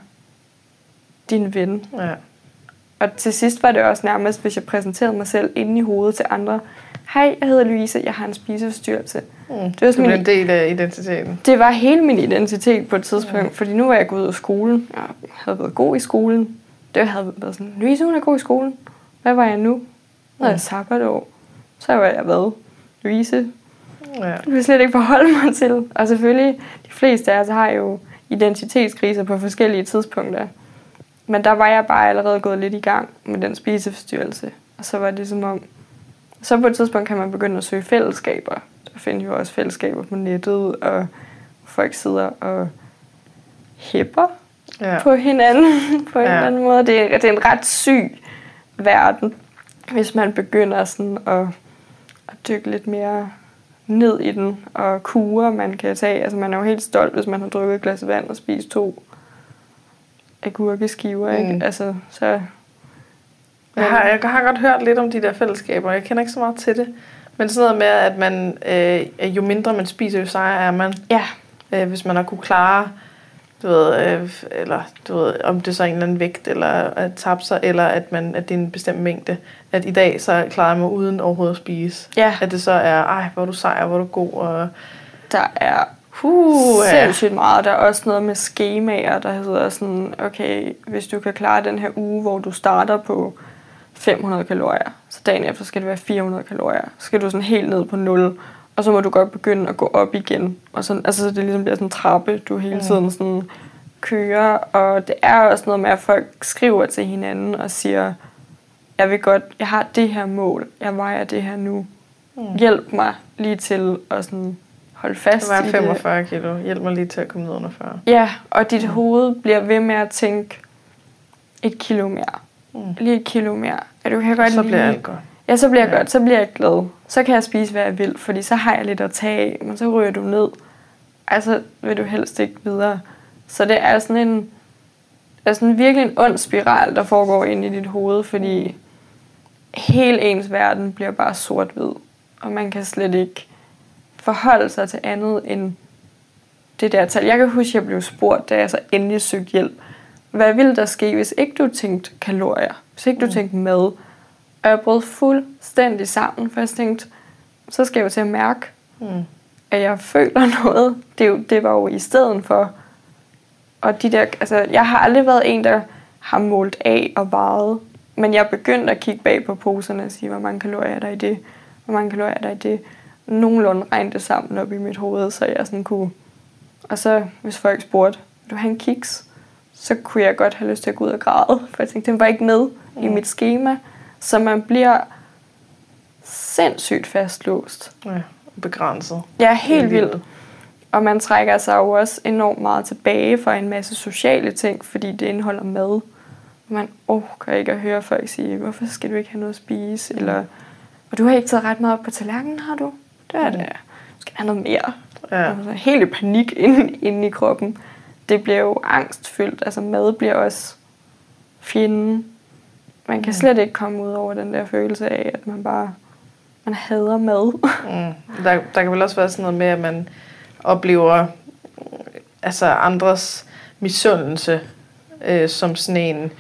din ven. Ja. Og til sidst var det også nærmest, hvis jeg præsenterede mig selv inde i hovedet til andre. Hej, jeg hedder Louise, jeg har en spiseforstyrrelse. Mm. Det var sådan min, en del af identiteten. Det var hele min identitet på et tidspunkt, mm. fordi nu var jeg gået ud af skolen. Jeg havde været god i skolen. Det havde været sådan, Louise, hun er god i skolen. Hvad var jeg nu? Nu havde jeg sabbatår. Så var jeg hvad? Louise. Ja. Det kunne jeg slet ikke forholde mig til. Og selvfølgelig, de fleste af os har jo identitetskriser på forskellige tidspunkter. Men der var jeg bare allerede gået lidt i gang med den spiseforstyrrelse. Og så var det som om... Så på et tidspunkt kan man begynde at søge fællesskaber. Der findes jo også fællesskaber på nettet, og folk sidder og hæpper ja. på hinanden på en ja. eller anden måde. Det er, det er en ret syg verden, hvis man begynder sådan at, at dykke lidt mere ned i den, og kurer man kan tage. Altså man er jo helt stolt, hvis man har drukket et glas vand og spist to agurkeskiver, ikke? Mm. Altså, så... Jeg har, jeg har godt hørt lidt om de der fællesskaber. Jeg kender ikke så meget til det. Men sådan noget med, at man, øh, jo mindre man spiser, jo sejere er man. Ja. Øh, hvis man har kunne klare du ved, øh, eller du ved, om det er så en eller anden vægt, eller at tabe sig, eller at, man, at det er en bestemt mængde. At i dag, så klarer jeg mig uden overhovedet at spise. Ja. At det så er, ej, hvor er du sej, hvor er du god. Og der er uh, sindssygt meget. Der er også noget med skemaer, der hedder sådan, okay, hvis du kan klare den her uge, hvor du starter på fem hundrede kalorier, så dagen efter skal det være fire hundrede kalorier. Så skal du sådan helt ned på nul, og så må du godt begynde at gå op igen. Og sådan, altså, så det ligesom bliver sådan en trappe, du hele tiden sådan kører. Og det er også noget med, at folk skriver til hinanden og siger, jeg vil godt, jeg har det her mål, jeg vejer det her nu. Mm. Hjælp mig lige til at sådan holde fast i det. Det var femogfyrre kilo. Hjælp mig lige til at komme ned under fyrre. Ja, og dit mm. hoved bliver ved med at tænke et kilo mere. Mm. Lige et kilo mere. Ja, du kan godt så lige... bliver alt godt. Ja, så bliver jeg ja. godt. Så bliver jeg glad. Så kan jeg spise, hvad jeg vil, fordi så har jeg lidt at tage af, men så ryger du ned. Altså vil du helst ikke videre. Så det er sådan en, er sådan virkelig en ond spiral, der foregår ind i dit hoved, fordi hele ens verden bliver bare sort-hvid. Og man kan slet ikke forholde sig til andet end det der tal. Jeg kan huske, at jeg blev spurgt, da jeg så endelig søgte hjælp. Hvad ville der ske, hvis ikke du tænkte kalorier? Hvis ikke du mm. tænkte mad? Og jeg brød fuldstændig sammen, for jeg tænkte, så skal jeg jo til at mærke, mm. at jeg føler noget. Det, det var jo i stedet for. Og de der, altså, jeg har aldrig været en, der har målt af og vejet. Men jeg begyndte at kigge bag på poserne og sige, hvor mange kalorier er der i det? Hvor mange kalorier er der i det? Nogenlunde regnede det sammen op i mit hoved, så jeg sådan kunne... Og så, hvis folk spurgte, vil du have en kiks? Så kunne jeg godt have lyst til at gå ud og græde. For jeg tænkte, den var ikke med mm. i mit schema. Så man bliver sindssygt fastlåst. Ja, begrænset. Ja, helt vildt. Og man trækker sig jo også enormt meget tilbage fra en masse sociale ting, fordi det indeholder mad. Man orker ikke at høre folk sige, hvorfor skal du ikke have noget at spise? Eller, og du har ikke taget ret meget op på tallerkenen, har du? Det er det. Du skal have noget mere. Ja. Altså, helt i panik inde, inde i kroppen. Det bliver jo angstfyldt. Altså mad bliver også fjenden. Man kan slet ikke komme ud over den der følelse af, at man bare man hader mad. Mm. Der, der kan vel også være sådan noget med, at man oplever altså andres misundelse øh, som sådan en,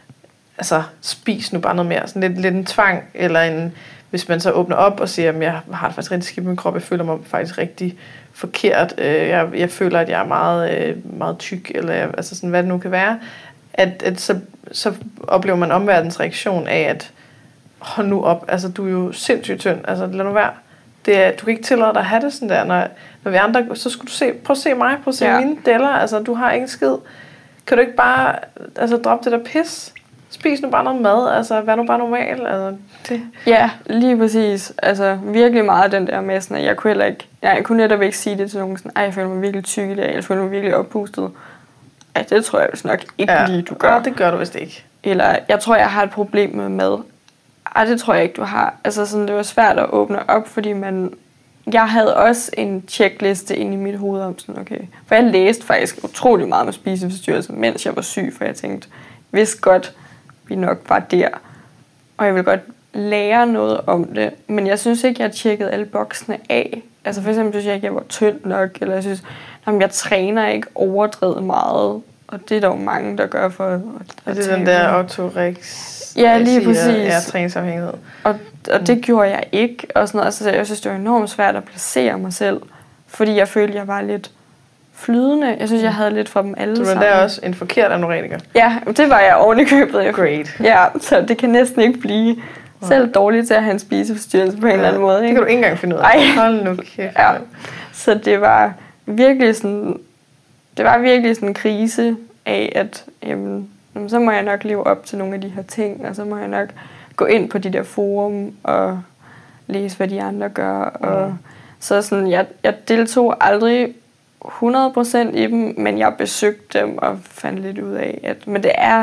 altså spis nu bare noget mere, sådan lidt, lidt en tvang, eller en, hvis man så åbner op og siger, at jeg har det faktisk rigtig skidt med min krop, jeg føler mig faktisk rigtig forkert, øh, jeg, jeg føler, at jeg er meget, øh, meget tyk, eller jeg, altså sådan, hvad det nu kan være, at, at så, så oplever man omverdens reaktion af, at hold nu op, altså du er jo sindssygt tynd, altså lad nu være. Det er, du kan ikke tillade dig at have det sådan der, når, når vi andre, så skulle du se, prøv at se mig, prøv at se ja. mine deller, altså du har ikke en skid. Kan du ikke bare, altså droppe det der pis? Spis nu bare noget mad, altså vær nu bare normal, altså det. Ja, lige præcis, altså virkelig meget den der med sådan, at jeg kunne heller ikke, jeg kunne netop ikke sige det til nogen sådan, ej, jeg føler mig virkelig tyk i dag, jeg føler mig virkelig oppustet. Ja, det tror jeg vist nok ikke ja. lige, du gør. Ja, det gør du vist ikke. Eller, jeg tror, jeg har et problem med mad. Ej, det tror jeg ikke, du har. Altså, sådan, det var svært at åbne op, fordi man... Jeg havde også en checkliste inde i mit hoved om sådan, okay... For jeg læste faktisk utrolig meget med spiseforstyrrelser, mens jeg var syg, for jeg tænkte, hvis godt, vi nok var der. Og jeg ville godt lære noget om det, men jeg synes ikke, jeg tjekkede alle boksene af. Altså, for eksempel synes jeg ikke, jeg var tynd nok, eller jeg synes, jamen, jeg træner ikke overdrevet meget, og det er der jo mange, der gør for at, at det er den der autorex. Ja, lige præcis. Ja, træningsafhængighed. Og, og det mm. gjorde jeg ikke. Og sådan noget. Altså, jeg synes, det var enormt svært at placere mig selv. Fordi jeg følte, jeg var lidt flydende. Jeg synes, jeg havde lidt fra dem alle sammen. Så du var der også en forkert anorektiker? Ja, det var jeg oven i købet. Great. Ja, så det kan næsten ikke blive selv dårligt til at have en spiseforstyrrelse på en ja, eller anden måde. Ikke? Det kan du ikke engang finde ud af. Ej. Hold nu kæft. Ja. Så det var virkelig sådan... Det var virkelig sådan en krise af, at... Jamen, så må jeg nok leve op til nogle af de her ting, og så må jeg nok gå ind på de der forum og læse, hvad de andre gør. Og mm. så sådan, jeg, jeg deltog aldrig hundrede procent i dem, men jeg besøgte dem og fandt lidt ud af, at men det er,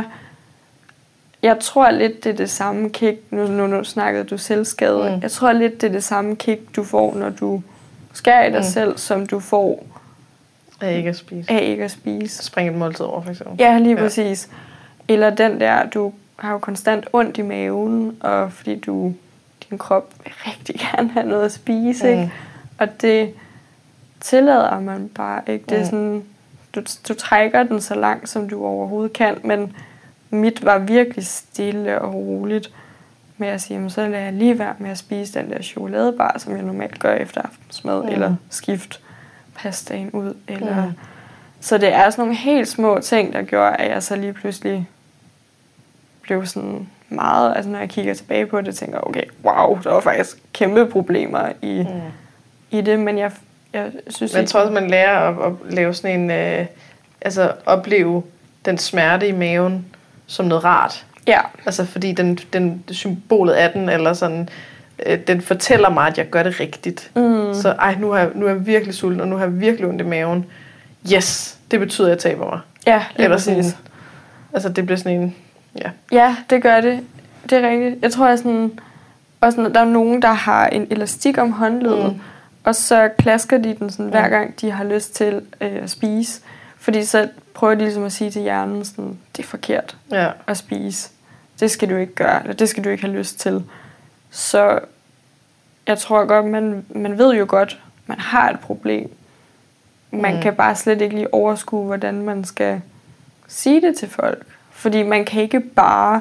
jeg tror lidt, det er det samme kick, nu, nu, nu snakkede du selvskade, mm. jeg tror lidt, det er det samme kick, du får, når du skærer i dig mm. selv, som du får af ikke at spise. Af ikke at spise. Springe et måltid over, for eksempel. Ja, lige ja. præcis. Eller den der, du har jo konstant ondt i maven, og fordi du, din krop vil rigtig gerne have noget at spise, mm. ikke? Og det tillader man bare ikke. Det er sådan, du, du trækker den så langt, som du overhovedet kan, men mit var virkelig stille og roligt med at sige, så lader jeg lige være med at spise den der chokoladebar, som jeg normalt gør efter aftensmad, mm. eller skift pastaen ud. Eller... Mm. Så det er sådan nogle helt små ting, der gjorde, at jeg så lige pludselig blev sådan meget, altså når jeg kigger tilbage på det, tænker jeg, okay, wow, der var faktisk kæmpe problemer i, mm. i det, men jeg, jeg synes Men jeg tror også, man lærer at, at lave sådan en, øh, altså opleve den smerte i maven som noget rart. Ja. Altså fordi den, den symbolet af den, eller sådan, øh, den fortæller mig, at jeg gør det rigtigt. Mm. Så ej, nu er, jeg, nu er jeg virkelig sulten, og nu har jeg virkelig ondt i maven. Yes, det betyder, at jeg taber mig. Ja, lige eller præcis. Sådan, altså det bliver sådan en, ja. Ja, det gør det. Det er rigtigt. Jeg tror, at sådan, også, der er nogen, der har en elastik om håndledet, mm. og så klasker de den sådan, mm. hver gang, de har lyst til øh, at spise. Fordi så prøver de ligesom at sige til hjernen, sådan, det er forkert ja. at spise. Det skal du ikke gøre, eller det skal du ikke have lyst til. Så jeg tror godt, man, man ved jo godt, man har et problem. Man mm. kan bare slet ikke lige overskue, hvordan man skal sige det til folk. Fordi man kan ikke bare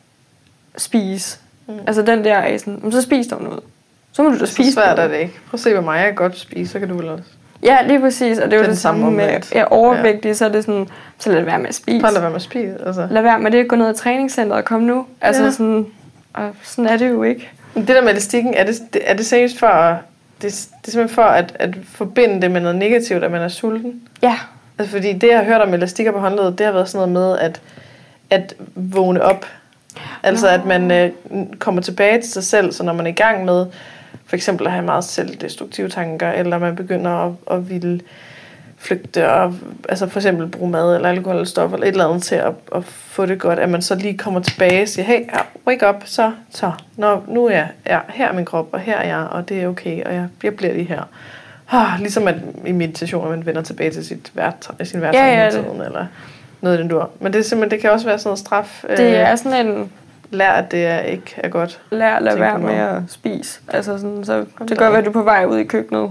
spise. Mm. Altså den der er sådan, så spis dog noget. Så må du da spise. Så svært er det ikke. Prøv at se, hvor meget jeg godt spise, så kan du vel også. Ja, lige præcis. Og det er jo det, det samme med at jeg er overvægtig, ja. Så er det sådan, så lad være med at spise. Bare lad være med at spise. Altså. Lad være med det, gå ned i træningscenteret og kom nu. Altså ja. sådan, og sådan er det jo ikke. Det der med elastikken, er det, er det seriøst for at, det, det er simpelthen for at, at forbinde det med noget negativt, at man er sulten? Ja. Altså fordi det, jeg har hørt om elastikker på håndledet, det har været sådan noget med at, at vågne op. Altså Nå. At man øh, kommer tilbage til sig selv, så når man er i gang med for eksempel at have meget selvdestruktive tanker, eller man begynder at, at ville flygte, og altså for eksempel bruge mad eller alkohol eller stof eller et eller andet til at, at få det godt, at man så lige kommer tilbage og siger, hey, wake up, så, så, Nå, nu er jeg, ja, her er min krop, og her er jeg, og det er okay, og jeg, jeg bliver lige her. Ah, ligesom at i meditation, man vender tilbage til sit vært, sin værtøj ja, ja, hele tiden, eller noget den dur. Men det er simpelthen, det kan også være sådan noget straf. Det øh, er sådan en... Lær, at det er ikke er godt. Lær at lade være med at spise. Altså sådan, så det kan godt være, at du er på vej ud i køkkenet,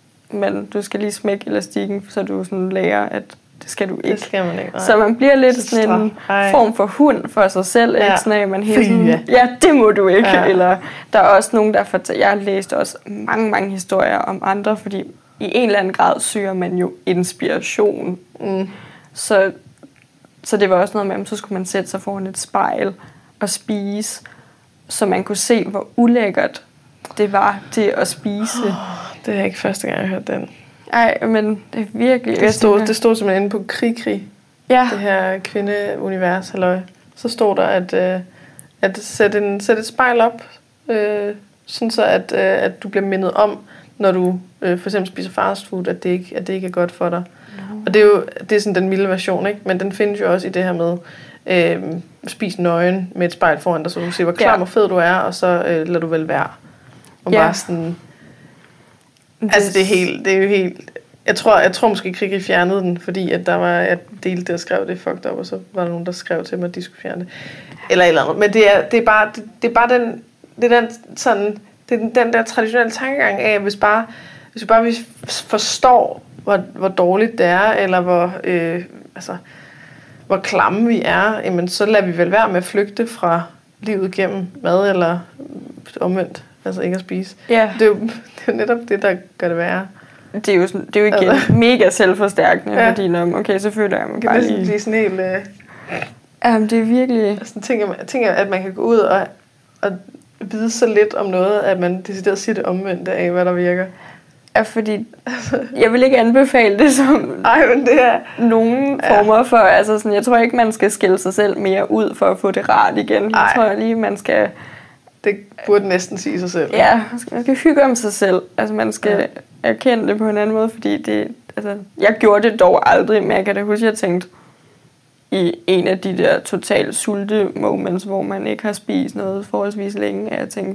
men du skal lige smække elastikken, så du sådan lærer, at det skal du ikke. Det skal man ikke. Nej. Så man bliver lidt sådan en Ej. form for hund for sig selv. Ja. Ikke? Sådan, at man hele sådan, ja, det må du ikke. Ja. Eller der er også nogen, der fortæller, jeg har læst også mange, mange historier om andre, fordi i en eller anden grad søger man jo inspiration. Mm. Så, så det var også noget med, at så skulle man sætte sig foran et spejl og spise, så man kunne se, hvor ulækkert det var det at spise. Oh, det er ikke første gang, jeg har hørt den. Ej, men det er virkelig... Det stod, det stod simpelthen inde på Krig Krig. Ja. Det her kvindeunivers, halløj. Så stod der, at, øh, at sætte, en, sætte et spejl op, øh, sådan så at, øh, at du bliver mindet om, når du øh, for eksempel spiser fast food, at det ikke, at det ikke er godt for dig. No. Og det er jo det er sådan den milde version, ikke? Men den findes jo også i det her med... Øh, spis nøgen med et spejl foran dig, så du kan se, hvor klam ja. og fed du er, og så øh, lader du vel være. Og ja. bare sådan... Det... Altså, det er, helt, det er jo helt... Jeg tror, jeg tror måske, Krig fjernede den, fordi at der var et del, der skrev det fucked up, og så var der nogen, der skrev til mig, at de skulle fjerne det. Eller et eller andet. Men det er, det er bare, det, det er bare den, det er den, sådan, det er den, den der traditionelle tankegang af, hvis bare, hvis vi bare vi forstår, hvor, hvor dårligt det er, eller hvor... Øh, altså, hvor klamme vi er, jamen, så lader vi vel være med at flygte fra livet gennem mad, eller omvendt, altså ikke at spise. Ja. Det, er jo, det er jo netop det, der gør det værre. Det er jo, sådan, det er jo igen altså. mega selvforstærkende, ja. fordi når, okay, så føler jeg mig kan bare lige... lige... blive sådan helt... Øh, Jamen, det er virkelig... Altså, tænker, man, tænker, at man kan gå ud og, og vide så lidt om noget, at man decideret siger det omvendte af, hvad der virker. Ja, fordi jeg vil ikke anbefale det som Ej, men det er... nogen former ja. for, altså sådan, jeg tror ikke, man skal skille sig selv mere ud for at få det rart igen. Jeg Ej. tror lige, man skal... Det burde næsten sige sig selv. Ja, man skal, man skal hygge om sig selv. Altså, man skal ja. erkende det på en anden måde, fordi det... Altså, jeg gjorde det dog aldrig, men jeg kan da huske, at jeg tænkte, i en af de der totalt sulte moments, hvor man ikke har spist noget forholdsvis længe, at jeg tænkte,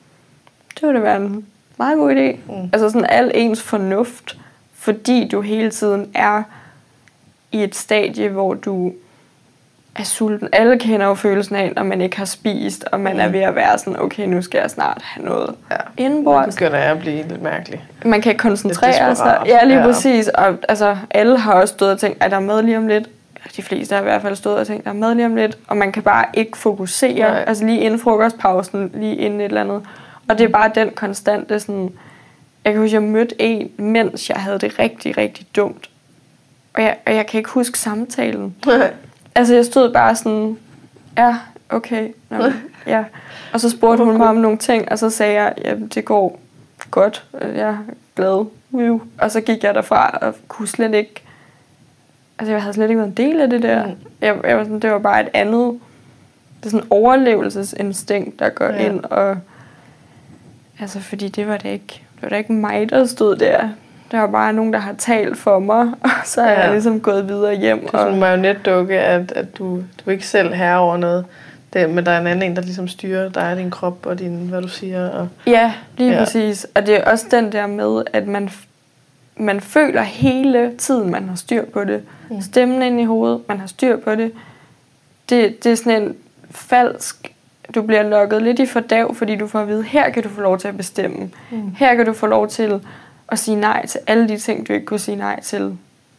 det ville da være en meget god idé. Mm. Altså sådan al ens fornuft, fordi du hele tiden er i et stadie, hvor du er sulten. Alle kender jo følelsen af, når man ikke har spist, og man mm. er ved at være sådan, okay, nu skal jeg snart have noget ja. indenbords. Det begynder jeg at blive lidt mærkelig. Man kan ikke koncentrere sig. Ja, lige ja. præcis. Og altså, alle har også stået og tænkt, at der er mad lige om lidt. De fleste har i hvert fald stået og tænkt, der er mad lige om lidt. Og man kan bare ikke fokusere. Nej. Altså lige inden frokostpausen, lige inden et eller andet. Og det er bare den konstante sådan... Jeg kan huske, jeg mødte en, mens jeg havde det rigtig, rigtig dumt. Og jeg, og jeg kan ikke huske samtalen. Altså, jeg stod bare sådan, ja, okay, nå, ja. Og så spurgte hun mig om nogle ting, og så sagde jeg, ja, det går godt, jeg er glad. Og så gik jeg derfra og kunne slet ikke, altså jeg havde slet ikke været en del af det der. Jeg, jeg var sådan, det var bare et andet, det er sådan overlevelsesinstinkt, der går ja. ind, og altså, fordi det var det ikke, det var da ikke mig, der stod der. Der var bare nogen, der har talt for mig, og så er ja. jeg ligesom gået videre hjem. Det er sådan en marionetdukke, at, at du, du er ikke selv herre over noget. Det, men der er en anden en, der ligesom styrer dig, din krop og din, hvad du siger. Og, ja, lige ja. præcis. Og det er også den der med, at man, man føler hele tiden, man har styr på det. Mm. Stemmen ind i hovedet, man har styr på det. Det, det er sådan en falsk... Du bliver lukket lidt i fordav, fordi du får at vide, her kan du få lov til at bestemme. Mm. Her kan du få lov til... og sige nej til alle de ting, du ikke kunne sige nej til.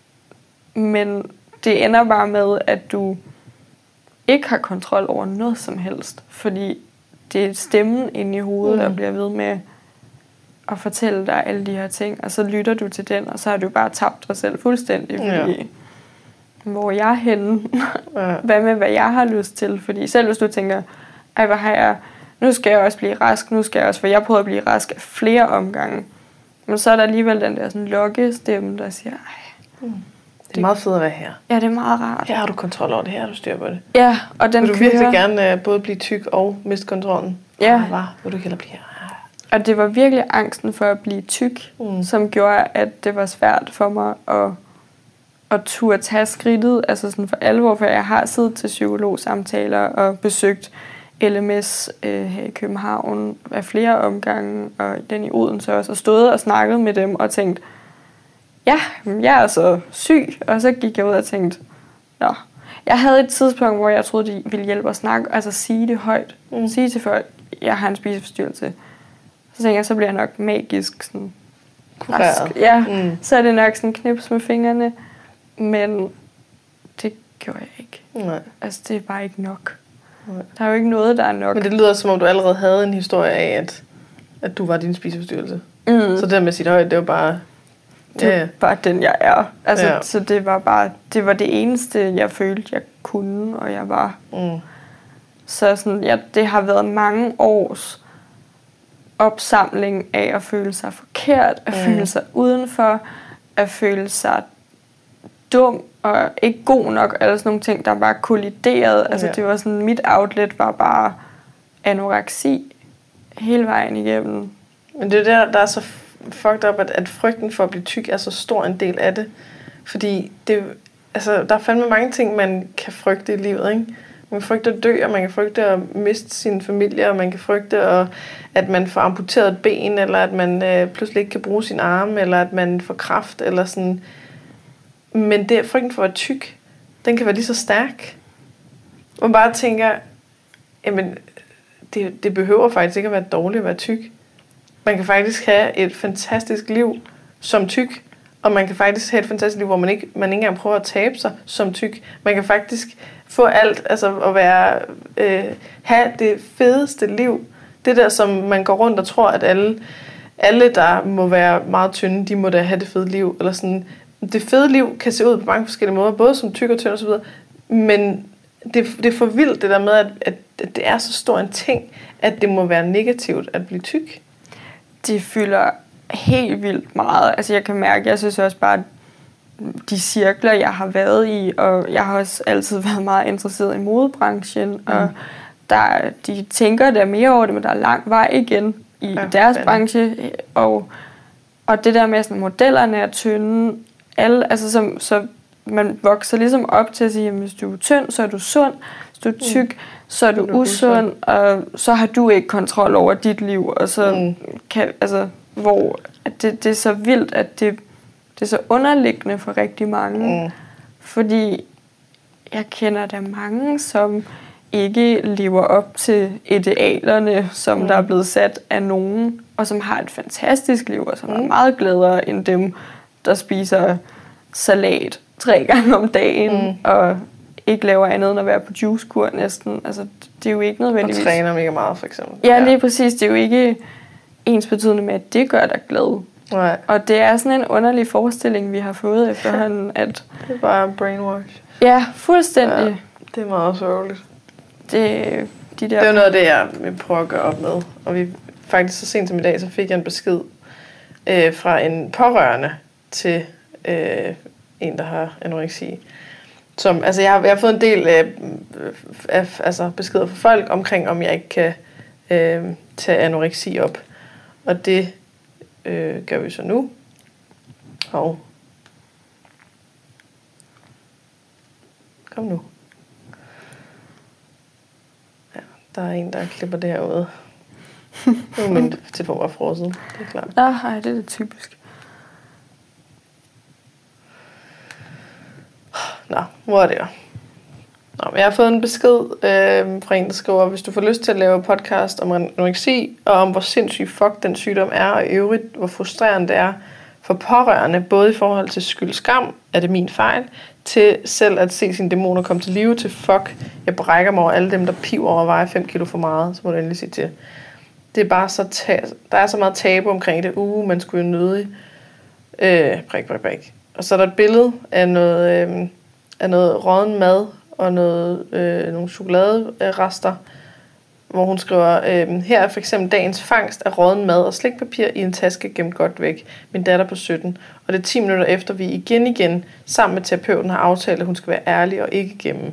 Men det ender bare med, at du ikke har kontrol over noget som helst. Fordi det er stemmen inde i hovedet, mm. der bliver ved med at fortælle dig alle de her ting. Og så lytter du til den, og så har du bare tabt dig selv fuldstændig. Fordi, ja. hvor er jeg henne? Ja. Hvad med, hvad jeg har lyst til? Fordi selv hvis du tænker, ej, hvad har jeg... Nu skal jeg også blive rask, nu skal jeg også... For jeg prøver at blive rask af flere omgange. Men så er der alligevel den der sådan lokkestemme, der siger, ej... Mm. Det er meget fedt at være her. Ja, det er meget rart. Her har du kontrol over det, her har du styr på det. Ja, og den vil du kører... virkelig gerne uh, både blive tyk og miste kontrollen? Ja. Hvad vil du hellere blive her? Og det var virkelig angsten for at blive tyk, mm. som gjorde, at det var svært for mig at, at turde tage skridtet, altså sådan for alvor, for jeg har siddet til psykologsamtaler og besøgt L M S øh, her i København af flere omgange, og den i Odense også, og stået og snakket med dem og tænkt, ja, jeg er så syg, og så gik jeg ud og tænkte, nå, jeg havde et tidspunkt, hvor jeg troede, de ville hjælpe at snakke, altså sige det højt, mm. sige til folk, jeg har en spiseforstyrrelse. Så tænkte jeg, så bliver jeg nok magisk sådan rask. Ja, mm. så er det nok sådan knips med fingrene, men det gjorde jeg ikke. Nej. Altså, det er bare ikke nok. Nej. Der er jo ikke noget, der er nok. Men det lyder, som om du allerede havde en historie af, at, at du var din spiseforstyrrelse. Mm. Så det der med sit højt, det var bare... Det var ja. bare den, jeg er. Altså, ja. Så det var bare... Det var det eneste, jeg følte, jeg kunne, og jeg var. Mm. Så sådan, ja, det har været mange års opsamling af at føle sig forkert, at mm. føle sig udenfor, at føle sig dum og ikke god nok, eller sådan nogle ting, der bare kolliderede. Altså, ja. det var sådan, mit outlet var bare anoreksi hele vejen igennem. Men det er der, der er så fucked up, at, at frygten for at blive tyk er så stor en del af det. Fordi det, altså, der er fandme mange ting, man kan frygte i livet, ikke? Man kan frygte at dø, og man kan frygte at miste sin familie, og man kan frygte, at, at man får amputeret et ben, eller at man øh, pludselig ikke kan bruge sin arme, eller at man får kræft, eller sådan. Men det, frygten for at være tyk, den kan være lige så stærk. Man bare tænker, jamen, det, det behøver faktisk ikke at være dårligt at være tyk. Man kan faktisk have et fantastisk liv som tyk, og man kan faktisk have et fantastisk liv, hvor man ikke, man ikke engang prøver at tabe sig som tyk. Man kan faktisk få alt, altså at være, øh, have det fedeste liv. Det der, som man går rundt og tror, at alle, alle, der må være meget tynde, de må da have det fede liv. Eller sådan. Det fede liv kan se ud på mange forskellige måder, både som tyk og tynd og så videre. Men det, det er for vildt det der med, at, at det er så stor en ting, at det må være negativt at blive tyk. Det fylder helt vildt meget. Altså jeg kan mærke, jeg synes også bare, de cirkler, jeg har været i, og jeg har også altid været meget interesseret i modebranchen, mm. og der, de tænker der mere over det, men der er lang vej igen i ja, deres fanden. branche, og, og det der med, sådan modellerne er tynde, alle, altså som, så man vokser ligesom op til at sige, at hvis du er tynd, så er du sund, hvis du er tyk, mm. så er du, du usund, og så har du ikke kontrol over dit liv, og så mm. kan, altså, hvor det, det er så vildt, at det, det er så underliggende for rigtig mange, mm. fordi jeg kender der mange, som ikke lever op til idealerne, som mm. der er blevet sat af nogen, og som har et fantastisk liv, og som mm. er meget gladere end dem, der spiser salat tre gange om dagen, mm. og ikke laver andet end at være på juicekur næsten. Altså, det er jo ikke nødvendigvis... Og træner mega meget, for eksempel. Ja, lige præcis. Det er jo ikke ensbetydende med, at det gør dig glad. Nej. Og det er sådan en underlig forestilling, vi har fået efterhånden, at... Det er bare brainwash. Ja, fuldstændig. Ja, det er meget sørgeligt. Det, de der... det er jo noget af det, jeg vil prøve at gøre op med. Og vi faktisk så sent som i dag, så fik jeg en besked øh, fra en pårørende til øh, en, der har anoreksi. Som, altså jeg, har, jeg har fået en del øh, af, altså beskeder fra folk omkring, om jeg ikke kan øh, tage anoreksi op. Og det øh, gør vi så nu. Og kom nu. Ja, der er en, der klipper det her ud. Nu er min telefon var frosset, det er klart. Nå, ej, det er det typisk. Nå, hvor er det jo? Nå, jeg har fået en besked øh, fra en, der skriver, hvis du får lyst til at lave podcast om anoreksi, og om hvor sindssyg fuck den sygdom er, og i øvrigt, hvor frustrerende det er for pårørende, både i forhold til skyld skam, er det min fejl, til selv at se sine dæmoner komme til live, til fuck, jeg brækker mig over alle dem, der piver over at veje fem kilo for meget, så må du endelig sige til. Det er bare så, ta- der er så meget tabu omkring det, uh, man skulle jo nødig, øh, bræk, bræk, bræk. Og så er der et billede af noget, øh, af noget rådden mad, og noget, øh, nogle chokoladerester, hvor hun skriver, øh, her er for eksempel dagens fangst af rådden mad og slikpapir i en taske gemt godt væk. Min datter på sytten. Og det er ti minutter efter, vi igen igen sammen med terapeuten har aftalt, at hun skal være ærlig og ikke gemme.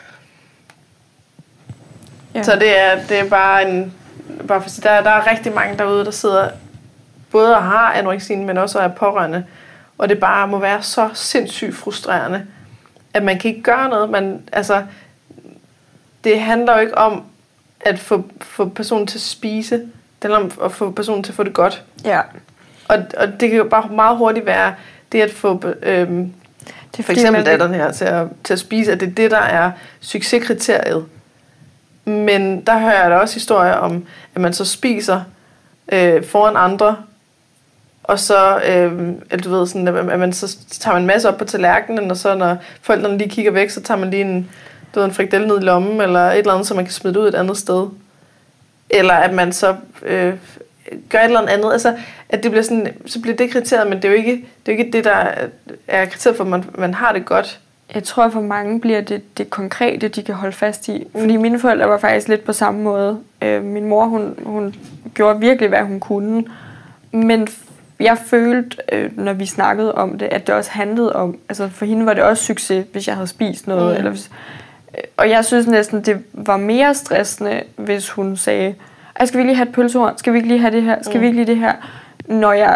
Ja. Så det er, det er bare en... Bare for, der, der er rigtig mange derude, der sidder både og har anoreksien, men også er pårørende. Og det bare må være så sindssygt frustrerende, at man kan ikke gøre noget. Man, altså, det handler jo ikke om at få, få personen til at spise. Det handler om at få personen til at få det godt. Ja. Og, og det kan jo bare meget hurtigt være det at få øhm, det for eksempel datteren her til at, til at spise, at det er det, der er succeskriteriet. Men der hører jeg da også historier om, at man så spiser øh, foran andre, og så, øh, eller du ved, sådan, at man så tager man en masse op på tallerkenen, og så når forældrene lige kigger væk, så tager man lige en, du ved, en frikadelle ned i lommen, eller et eller andet, så man kan smide det ud et andet sted. Eller at man så øh, gør et eller andet. Altså, at det bliver sådan, så bliver det kriteriet, men det er jo ikke det, er jo ikke det der er kriteriet for, at man, man har det godt. Jeg tror, for mange bliver det det konkrete, de kan holde fast i. Fordi mine forældre var faktisk lidt på samme måde. Øh, min mor, hun, hun gjorde virkelig, hvad hun kunne. Men jeg følte, øh, når vi snakkede om det, at det også handlede om... Altså, for hende var det også succes, hvis jeg havde spist noget. Mm. Eller hvis, øh, og jeg synes næsten, det var mere stressende, hvis hun sagde, skal vi ikke lige have et pølsehorn? Skal vi ikke lige have det her? Skal mm. vi ikke lige det her? Når jeg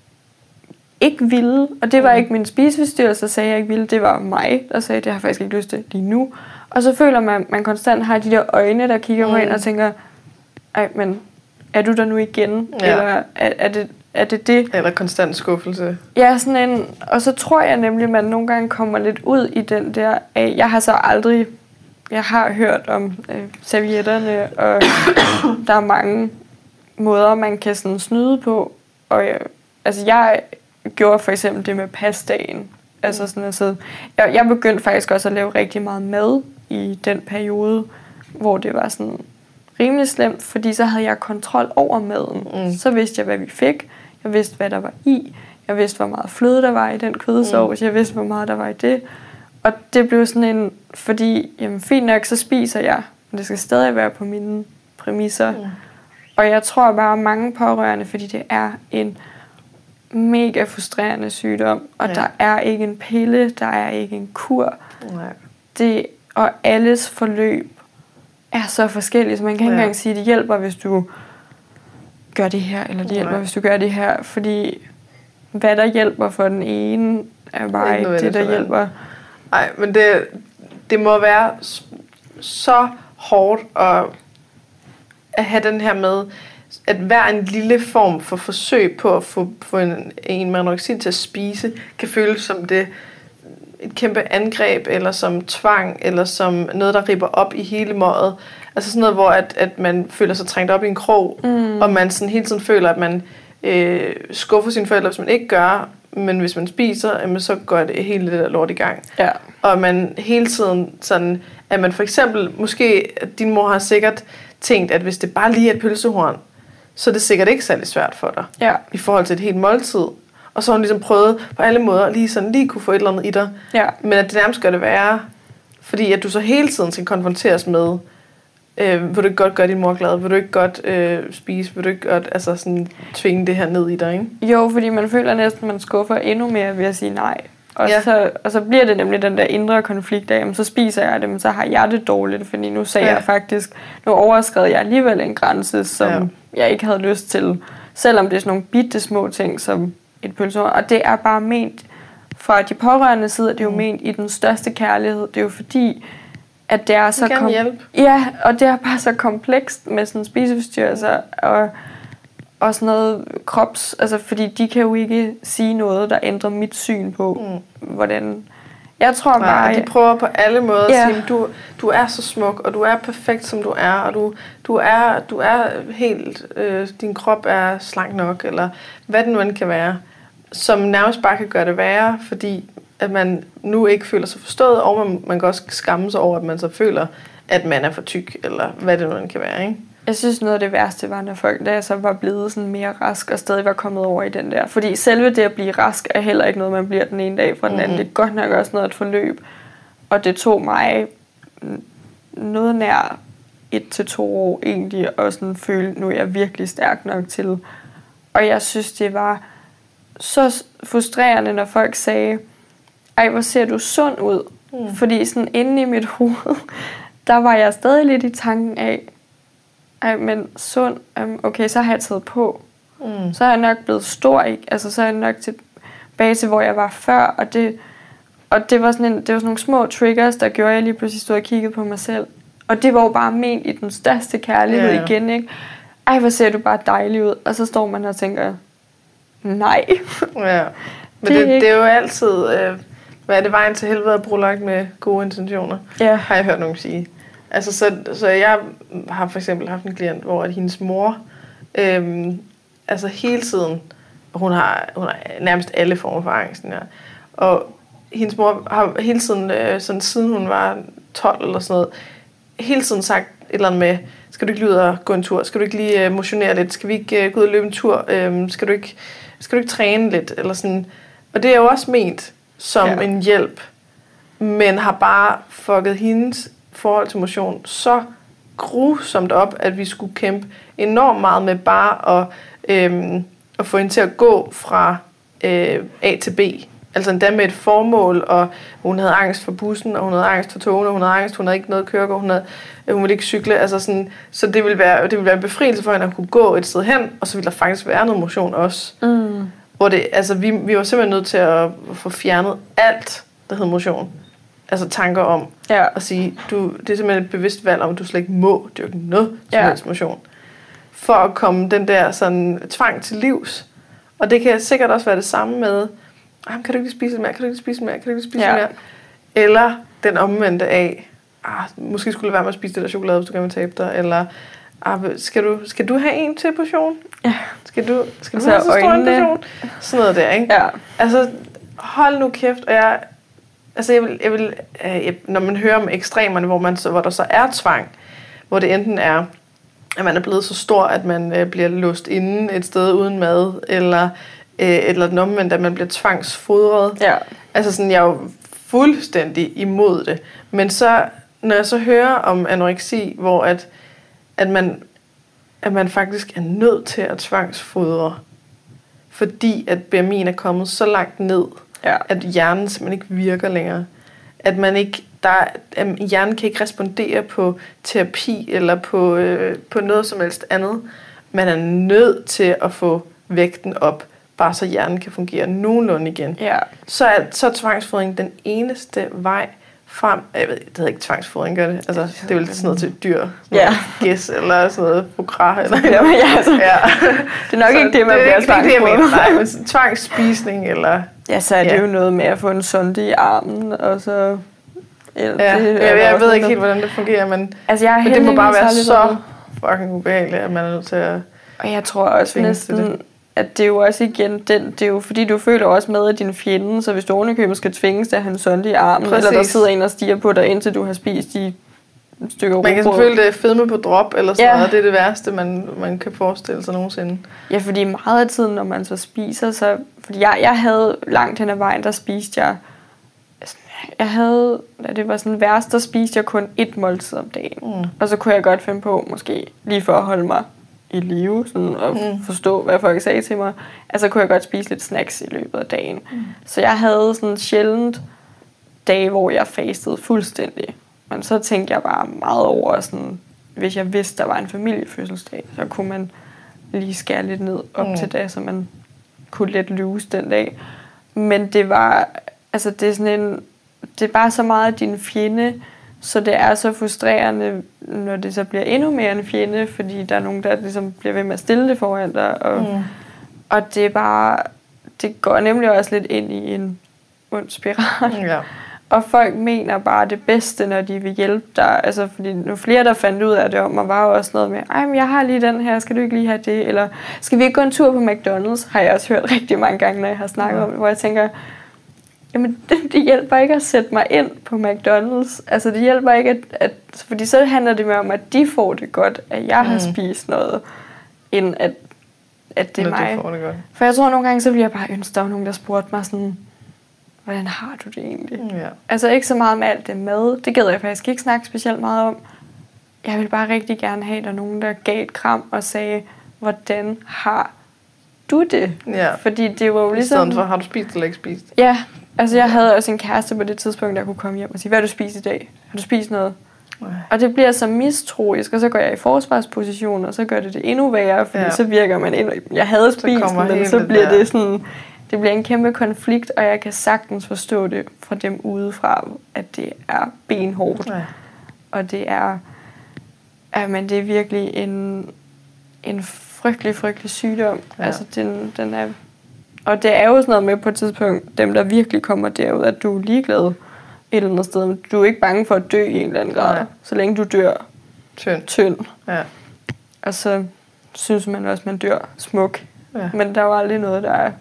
ikke ville, og det var ikke min spiseforstyrrelse, der sagde, jeg ikke ville, det var mig, der sagde, det har jeg faktisk ikke lyst til lige nu. Og så føler man, man konstant har de der øjne, der kigger mm. på en og tænker, ej, men er du der nu igen? Ja. Eller er, er, det, er det det? Eller konstant skuffelse. Ja, sådan en, og så tror jeg nemlig, at man nogle gange kommer lidt ud i den der, af, jeg har så aldrig, jeg har hørt om øh, servietterne, og der er mange måder, man kan sådan snyde på, og jeg, altså jeg gjorde for eksempel det med pastaen. Altså sådan altså, jeg, jeg begyndte faktisk også at lave rigtig meget mad i den periode, hvor det var sådan rimelig slemt, fordi så havde jeg kontrol over maden. Mm. Så vidste jeg, hvad vi fik. Jeg vidste, hvad der var i. Jeg vidste, hvor meget fløde der var i den kødsovs. Mm. Jeg vidste, hvor meget der var i det. Og det blev sådan en, fordi, jamen fint nok, så spiser jeg, men det skal stadig være på mine præmisser. Mm. Og jeg tror bare, mange pårørende, fordi det er en mega frustrerende sygdom, og ja. Der er ikke en pille, der er ikke en kur. Nej. Det, og alles forløb er så forskellige, så man kan ikke ja. engang sige, at det hjælper, hvis du gør det her, eller det hjælper, Nej. hvis du gør det her, fordi hvad der hjælper for den ene, er bare ikke det, der hjælper. Nej, men det, det må være så hårdt at, at have den her med, at hver en lille form for forsøg på at få, få en, en med anoreksi til at spise, kan føles som det et kæmpe angreb, eller som tvang, eller som noget, der ripper op i hele møget. Altså sådan noget, hvor at, at man føler sig trængt op i en krog, mm. og man sådan hele tiden føler, at man øh, skuffer sine forældre, hvis man ikke gør, men hvis man spiser, jamen, så går det hele det der lort i gang. Ja. Og man hele tiden sådan, at man for eksempel, måske din mor har sikkert tænkt, at hvis det bare lige er et pølsehorn, så er det sikkert ikke særlig svært for dig, ja. i forhold til et helt måltid. Og så har hun ligesom prøvet på alle måder lige sådan lige kunne få et eller andet i dig. Ja. Men at det nærmest gør det værre, fordi at du så hele tiden skal konfronteres med, øh, vil du ikke godt gøre din mor glad, vil du ikke godt øh, spise, vil du ikke godt altså sådan, tvinge det her ned i dig, ikke? Jo, fordi man føler næsten, at man skuffer endnu mere ved at sige nej. Og, ja. så, og så bliver det nemlig den der indre konflikt af, jamen, så spiser jeg det, men så har jeg det dårligt, fordi nu sagde ja. jeg faktisk, nu overskred jeg alligevel en grænse, som ja. jeg ikke havde lyst til, selvom det er sådan nogle bitte små ting, som et pølsehorn. Og det er bare ment, fra de pårørende side, det er jo ment i den største kærlighed. Det er jo fordi, at det er så kom- ja, og det er bare så komplekst med sådan spiseforstyrrelser og og sådan noget krops, altså fordi de kan jo ikke sige noget, der ændrer mit syn på, mm. hvordan. Jeg tror Nej, bare, de prøver på alle måder at ja. sige, du, du er så smuk, og du er perfekt, som du er, og du, du er, du er helt, øh, din krop er slank nok, eller hvad det nu end kan være, som nærmest bare kan gøre det værre, fordi at man nu ikke føler sig forstået, og man, man kan også skamme sig over, at man så føler, at man er for tyk, eller hvad det nu end kan være, ikke? Jeg synes, noget af det værste var, når folk, da jeg så var blevet sådan mere rask, og stadig var kommet over i den der. Fordi selve det at blive rask, er heller ikke noget, man bliver den ene dag fra den anden. Mm-hmm. Det er godt nok også noget at forløb. Og det tog mig noget nær et til to år egentlig, og sådan føle, nu er jeg virkelig stærk nok til. Og jeg synes, det var så frustrerende, når folk sagde, ej, hvor ser du sund ud? Mm. Fordi sådan inde i mit hoved, der var jeg stadig lidt i tanken af, ej, men sund, um, okay, så har jeg taget på. Mm. Så er jeg nok blevet stor, ikke? Altså, så er jeg nok tilbage til, hvor jeg var før, og det, og det var sådan en, det var sådan nogle små triggers, der gjorde, at jeg lige pludselig stod og kiggede på mig selv. Og det var jo bare ment i den største kærlighed yeah. igen, ikke? Ej, hvor ser du bare dejlig ud. Og så står man og tænker, nej. Ja, men det, det, det er jo altid, øh, hvad er det, vejen til helvede brolagt med gode intentioner, yeah. har jeg hørt nogen sige. Altså, så, så jeg har for eksempel haft en klient, hvor at hendes mor, øhm, altså hele tiden, og hun har, hun har nærmest alle former for angsten, ja. Og hendes mor har hele tiden, øh, sådan, siden hun var tolv eller sådan noget, hele tiden sagt et eller andet med, skal du ikke lige ud og gå en tur? Skal du ikke lige øh, motionere lidt? Skal vi ikke øh, gå ud og løbe en tur? Øh, skal, du ikke, skal du ikke træne lidt? Eller sådan. Og det er jo også ment som ja. en hjælp, men har bare fucket hendes forhold til motion så grusomt op, at vi skulle kæmpe enormt meget med bare at, øhm, at få hende til at gå fra øh, A til B. Altså endda med et formål, og hun havde angst for bussen, og hun havde angst for togene, og hun havde angst, hun havde ikke noget kørekort, hun, havde, hun ville ikke cykle. Altså sådan, så det ville, være, det ville være en befrielse for hende at kunne gå et sted hen, og så ville der faktisk være noget motion også. Mm. Hvor det, altså, vi, vi var simpelthen nødt til at få fjernet alt, der hed motion. Altså tanker om ja. at sige, du, det er simpelthen et bevidst valg om, at du slet ikke må dyrke noget som helst motion. For at komme den der sådan tvang til livs. Og det kan sikkert også være det samme med, kan du ikke lige spise mere, kan du ikke lige spise mere, kan du ikke lige spise ja. mere? Eller den omvendte af, ah, måske skulle det være med at spise det der chokolade, hvis du gerne vil tabe dig. Eller, ah, skal, du, skal du have en til portion? Ja. Skal du, skal du så have så stor en portion? Sådan noget der, ikke? Ja. Altså, hold nu kæft, og jeg... Altså, jeg vil, jeg vil, øh, når man hører om ekstremerne, hvor, man så, hvor der så er tvang, hvor det enten er, at man er blevet så stor, at man øh, bliver låst inde et sted uden mad, eller, øh, eller den omvendt, at man bliver tvangsfodret. Ja. Altså, sådan, jeg er jo fuldstændig imod det. Men så, når jeg så hører om anoreksi, hvor at, at, man, at man faktisk er nødt til at tvangsfodre, fordi at B M I'en er kommet så langt ned, ja. At hjernen simpelthen ikke virker længere. At man ikke, der, at hjernen kan ikke respondere på terapi eller på, øh, på noget som helst andet. Man er nødt til at få vægten op, bare så hjernen kan fungere nogenlunde igen. Ja. Så er, så er tvangsfodring den eneste vej frem. Jeg ved, det hedder ikke tvangsfodring, gør det? Altså, det er jo lidt sådan noget til dyr. Ja. Gæs eller sådan noget fokra eller ja, men ja, altså, ja. Det er nok så ikke det, man bliver tvangsfodret. Nej, men tvangsspisning eller... Ja, så er det ja. jo noget med at få en sonde i armen, og så... Ja, det, jeg, jeg ved ikke helt, hvordan det fungerer, men, altså, jeg men det må bare være så fucking ubehageligt, at man er nødt til at... Og jeg tror også næsten, at det er jo også igen, den, det er jo fordi, du føler også med, at din fjende, så hvis du ovenikøbet skal tvinges til at have en sonde i armen, præcis. Eller der sidder en og stiger på dig, indtil du har spist de stykker rugbrød. Man kan selvfølgelig det fedme på drop, eller sådan ja. noget, det er det værste, man, man kan forestille sig nogensinde. Ja, fordi meget af tiden, når man så spiser, så... Fordi jeg, jeg havde langt hen ad vejen, der spiste jeg... Jeg havde, da det var sådan værst, der spiste jeg kun et måltid om dagen. Mm. Og så kunne jeg godt finde på, måske lige for at holde mig i live, sådan, og mm. forstå, hvad folk sagde til mig. Altså kunne jeg godt spise lidt snacks i løbet af dagen. Mm. Så jeg havde sådan sjældent dage, hvor jeg fastede fuldstændig. Men så tænkte jeg bare meget over, sådan, hvis jeg vidste, der var en familiefødselsdag, så kunne man lige skære lidt ned op mm. til det, så man kunne lidt lose den dag. Men det var, altså det er sådan en, det er bare så meget af din fjende, så det er så frustrerende, når det så bliver endnu mere en fjende, fordi der er nogen, der ligesom bliver ved med at stille det foran dig. Og, mm. og det er bare, det går nemlig også lidt ind i en ond spiral. Ja. Og folk mener bare det bedste, når de vil hjælpe dig. Altså, fordi nu flere, der fandt ud af det om, og var jo også noget med, ej, men jeg har lige den her, skal du ikke lige have det? Eller, skal vi ikke gå en tur på McDonald's? Har jeg også hørt rigtig mange gange, når jeg har snakket mm. om det, hvor jeg tænker, jamen, det, det hjælper ikke at sætte mig ind på McDonald's. Altså, det hjælper ikke, at, at... Fordi så handler det mere om, at de får det godt, at jeg mm. har spist noget, end at, at det er mig. Du får det godt. For jeg tror, nogle gange, så ville jeg bare ønske, der var nogen, der spurgte mig sådan, hvordan har du det egentlig? Ja. Altså, ikke så meget med alt det mad. Det gider jeg faktisk ikke snakke specielt meget om. Jeg ville bare rigtig gerne have, at der nogen, der gav et kram og sagde, hvordan har du det? Ja. Fordi det var jo ligesom... I stedet for, har du spist eller ikke spist? Ja, altså jeg havde også en kæreste på det tidspunkt, der kunne komme hjem og sige, hvad har du spist i dag? Har du spist noget? Nej. Og det bliver så mistroisk, og så går jeg i forsvarsposition, og så gør det det endnu værre, fordi ja. så virker man endnu... Jeg havde spist den, men så bliver det sådan... Det bliver en kæmpe konflikt, og jeg kan sagtens forstå det fra dem udefra, at det er benhårdt. Ja. Og det er... Ja, men det er virkelig en, en frygtelig, frygtelig sygdom. Ja. Altså, den, den er... Og det er jo sådan noget med på et tidspunkt, dem der virkelig kommer derud, at du er ligeglad et eller andet sted, men du er ikke bange for at dø i en eller anden grad, ja. så længe du dør tynd. tynd. Ja. Og så synes man også, at man dør smuk. Ja. Men der er jo aldrig noget, der er,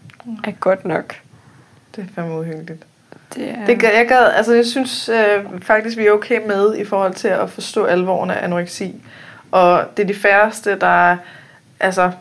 er godt nok. Det er fandme uhyggeligt. Det er... Det, jeg, gad, altså, jeg synes øh, faktisk, vi er okay med i forhold til at forstå alvoren af anoreksi. Og det er de færreste, der... Altså,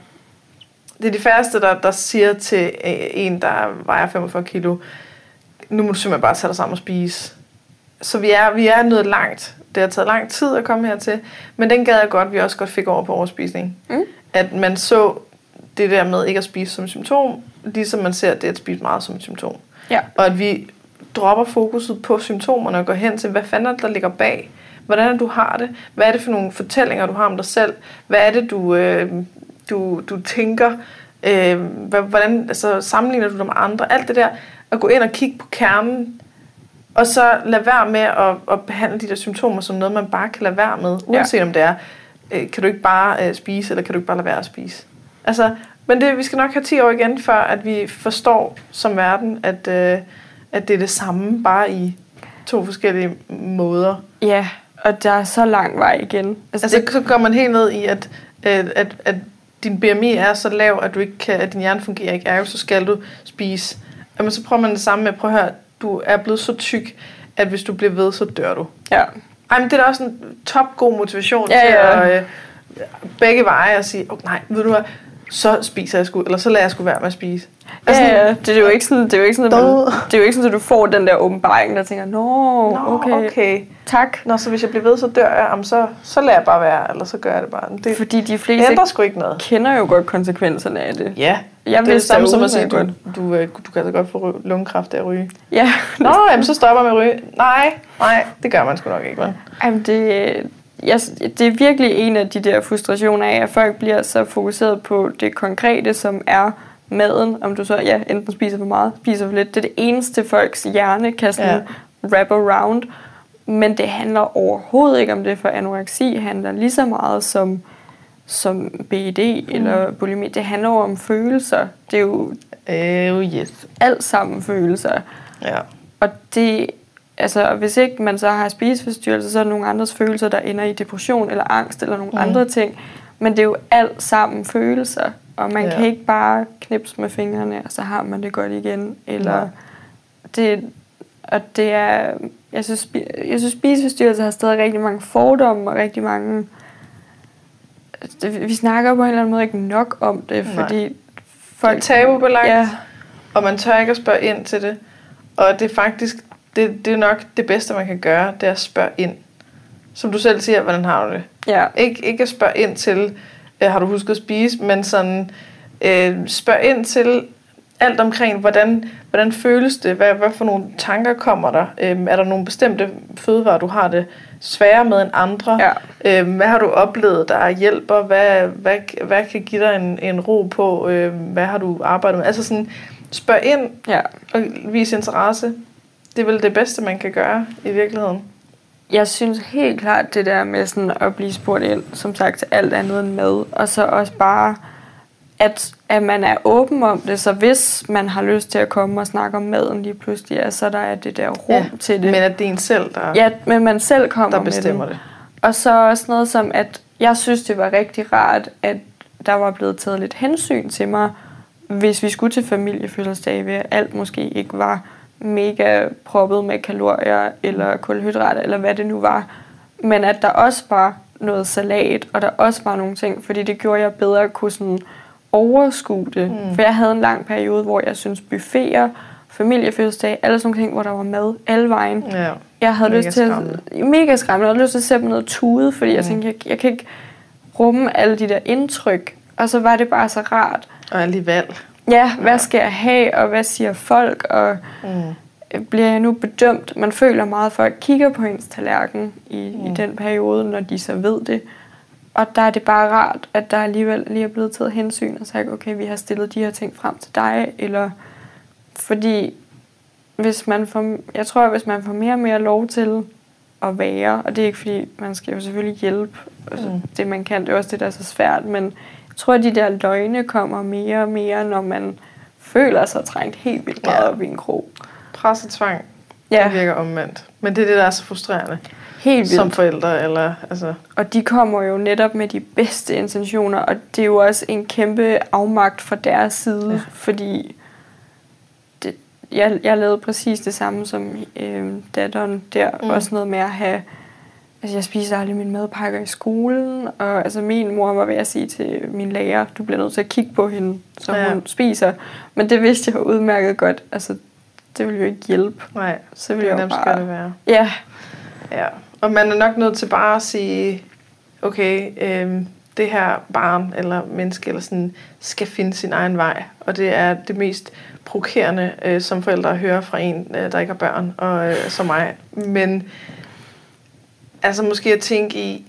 det er de færreste, der, der siger til øh, en, der vejer femogfyrre kilo, nu må du simpelthen bare tage dig sammen og spise. Så vi er, vi er nået langt. Det har taget lang tid at komme hertil, men den gad jeg godt, vi også godt fik over på overspisning. Mm. At man så det der med ikke at spise som symptom, ligesom man ser det at spise meget som et symptom. Ja. Og at vi dropper fokuset på symptomerne og går hen til, hvad fanden er det, der ligger bag? Hvordan er det, du har det? Hvad er det for nogle fortællinger, du har om dig selv? Hvad er det, du, øh, du, du tænker? Øh, hvordan altså, sammenligner du dig med andre? Alt det der, at gå ind og kigge på kernen, og så lade være med at, at behandle de der symptomer som noget, man bare kan lade være med, uanset ja. om det er, øh, kan du ikke bare øh, spise, eller kan du ikke bare lade være at spise? Altså, men det, vi skal nok have ti år igen, før at vi forstår som verden, at, øh, at det er det samme, bare i to forskellige måder. Ja, og der er så lang vej igen. Altså, altså det... så går man helt ned i, at, at, at, at din B M I er så lav, at, du ikke kan, at din hjerne fungerer ikke, er, så skal du spise. Jamen, så prøver man det samme med, prøv at høre, du er blevet så tyk, at hvis du bliver ved, så dør du. Ja. Ej, men det er da også en top god motivation ja, til ja. at øh, begge veje at sige, oh, nej, ved du hvad, så spiser jeg sgu, eller så lader jeg sgu være med at spise. Altså, ja, ja, det er jo ikke sådan, det er jo ikke sådan, at, man, det er jo ikke sådan, at du får den der åbenbaring, der tænker, nå, okay, okay, tak. Nå, så hvis jeg bliver ved, så dør jeg, jamen, så, så lader jeg bare være, eller så gør jeg det bare. Det, fordi de fleste ændrer sgu ikke noget. Kender jo godt konsekvenserne af det. Ja, jeg det er det samme som at sige, du, du, du, du kan altså godt få lungekræft af at ryge. Ja. Nå, jamen, så stopper jeg med at ryge. Nej, nej, det gør man sgu nok ikke, vel? Jamen, det... Jeg, det er virkelig en af de der frustrationer af, at folk bliver så fokuseret på det konkrete, som er maden. Om du så ja, enten spiser for meget, spiser for lidt. Det er det eneste, folks hjerne kan sådan wrap around. Men det handler overhovedet ikke om det, for anoreksi handler lige så meget som, som B E D mm. eller bulimi. Det handler jo om følelser. Det er jo uh, yes. alt sammen følelser. Ja. Og det, altså, hvis ikke man så har spiseforstyrrelse, så er der nogle andres følelser, der ender i depression eller angst eller nogle mm. andre ting. Men det er jo alt sammen følelser. Og man ja. kan ikke bare knipse med fingrene, og så har man det godt igen. Eller ja. det, og det er, jeg synes, jeg synes spiseforstyrrelse har stadig rigtig mange fordomme og rigtig mange. Vi snakker på en eller anden måde ikke nok om det, fordi Nej. folk det er tabubelagt, ja. og man tør ikke at spørge ind til det. Og det er faktisk, det, det er nok det bedste, man kan gøre, det er at spørge ind. Som du selv siger, hvordan har du det? Ja. Ik- ikke at spørge ind til, øh, har du husket at spise, men sådan, øh, spørg ind til alt omkring, hvordan, hvordan føles det? Hvad, hvad for nogle tanker kommer der? Øh, er der nogle bestemte fødevarer, du har det sværere med end andre? Ja. Øh, hvad har du oplevet, der hjælper? Hvad, hvad, hvad kan give dig en, en ro på? Øh, hvad har du arbejdet med? Altså sådan, spørg ind ja. og vis interesse. Det er vel det bedste, man kan gøre i virkeligheden. Jeg synes helt klart det der med sådan at blive spurgt ind, som sagt, til alt andet end mad. Og så også bare, at, at man er åben om det. Så hvis man har lyst til at komme og snakke om maden lige pludselig, ja, så der er det der rum ja, til det. Men at det er en selv, der, ja, men man selv kommer der bestemmer med det. det. Og så også noget som, at jeg synes, det var rigtig rart, at der var blevet taget lidt hensyn til mig, hvis vi skulle til familiefødselsdag, ved at alt måske ikke var mega proppet med kalorier eller kulhydrater eller hvad det nu var, men at der også var noget salat, og der også var nogle ting, fordi det gjorde jeg bedre at kunne sådan overskue det. Mm. For jeg havde en lang periode, hvor jeg synes buffeter, familiefødselsdag, alle sådan nogle ting, hvor der var mad alle vejen. Ja, jeg havde lyst til at, mega skræmmende. Jeg havde lyst til at sætte mig noget tude, fordi mm. jeg tænkte, jeg, jeg kan ikke rumme alle de der indtryk. Og så var det bare så rart. Og alligevel. Ja, hvad skal jeg have, og hvad siger folk, og mm. bliver jeg nu bedømt? Man føler meget, at folk kigger på ens tallerken i, mm. i den periode, når de så ved det. Og der er det bare rart, at der alligevel lige er blevet taget hensyn og sagt, okay, vi har stillet de her ting frem til dig, eller fordi hvis man får, jeg tror, at hvis man får mere og mere lov til at være, og det er ikke fordi, man skal jo selvfølgelig hjælpe altså, mm. det man kan, det er også det, der er så svært, men jeg tror, at de der løgne kommer mere og mere, når man føler sig trængt helt vildt meget ja. op i en krog. Pres og tvang, ja. det virker omvendt. Men det er det, der er så frustrerende. Helt vildt. Som forældre, eller altså. Og de kommer jo netop med de bedste intentioner, og det er jo også en kæmpe afmagt fra deres side, ja. fordi det, jeg, jeg lavede præcis det samme som øh, datteren der, mm. også noget med at have, altså jeg spiser aldrig mine madpakker i skolen, og altså min mor var ved at sige til min lærer, du bliver nødt til at kigge på hende, så ja. hun spiser, men det vidste jeg jo udmærket godt, altså det ville jo ikke hjælpe. Nej, så ville det jeg bare, skal det være. Ja. Ja, og man er nok nødt til bare at sige, okay, øh, det her barn eller menneske eller sådan, skal finde sin egen vej. Og det er det mest provokerende, øh, som forældre hører fra en, øh, der ikke har børn, og øh, som mig. Men altså måske at tænke i,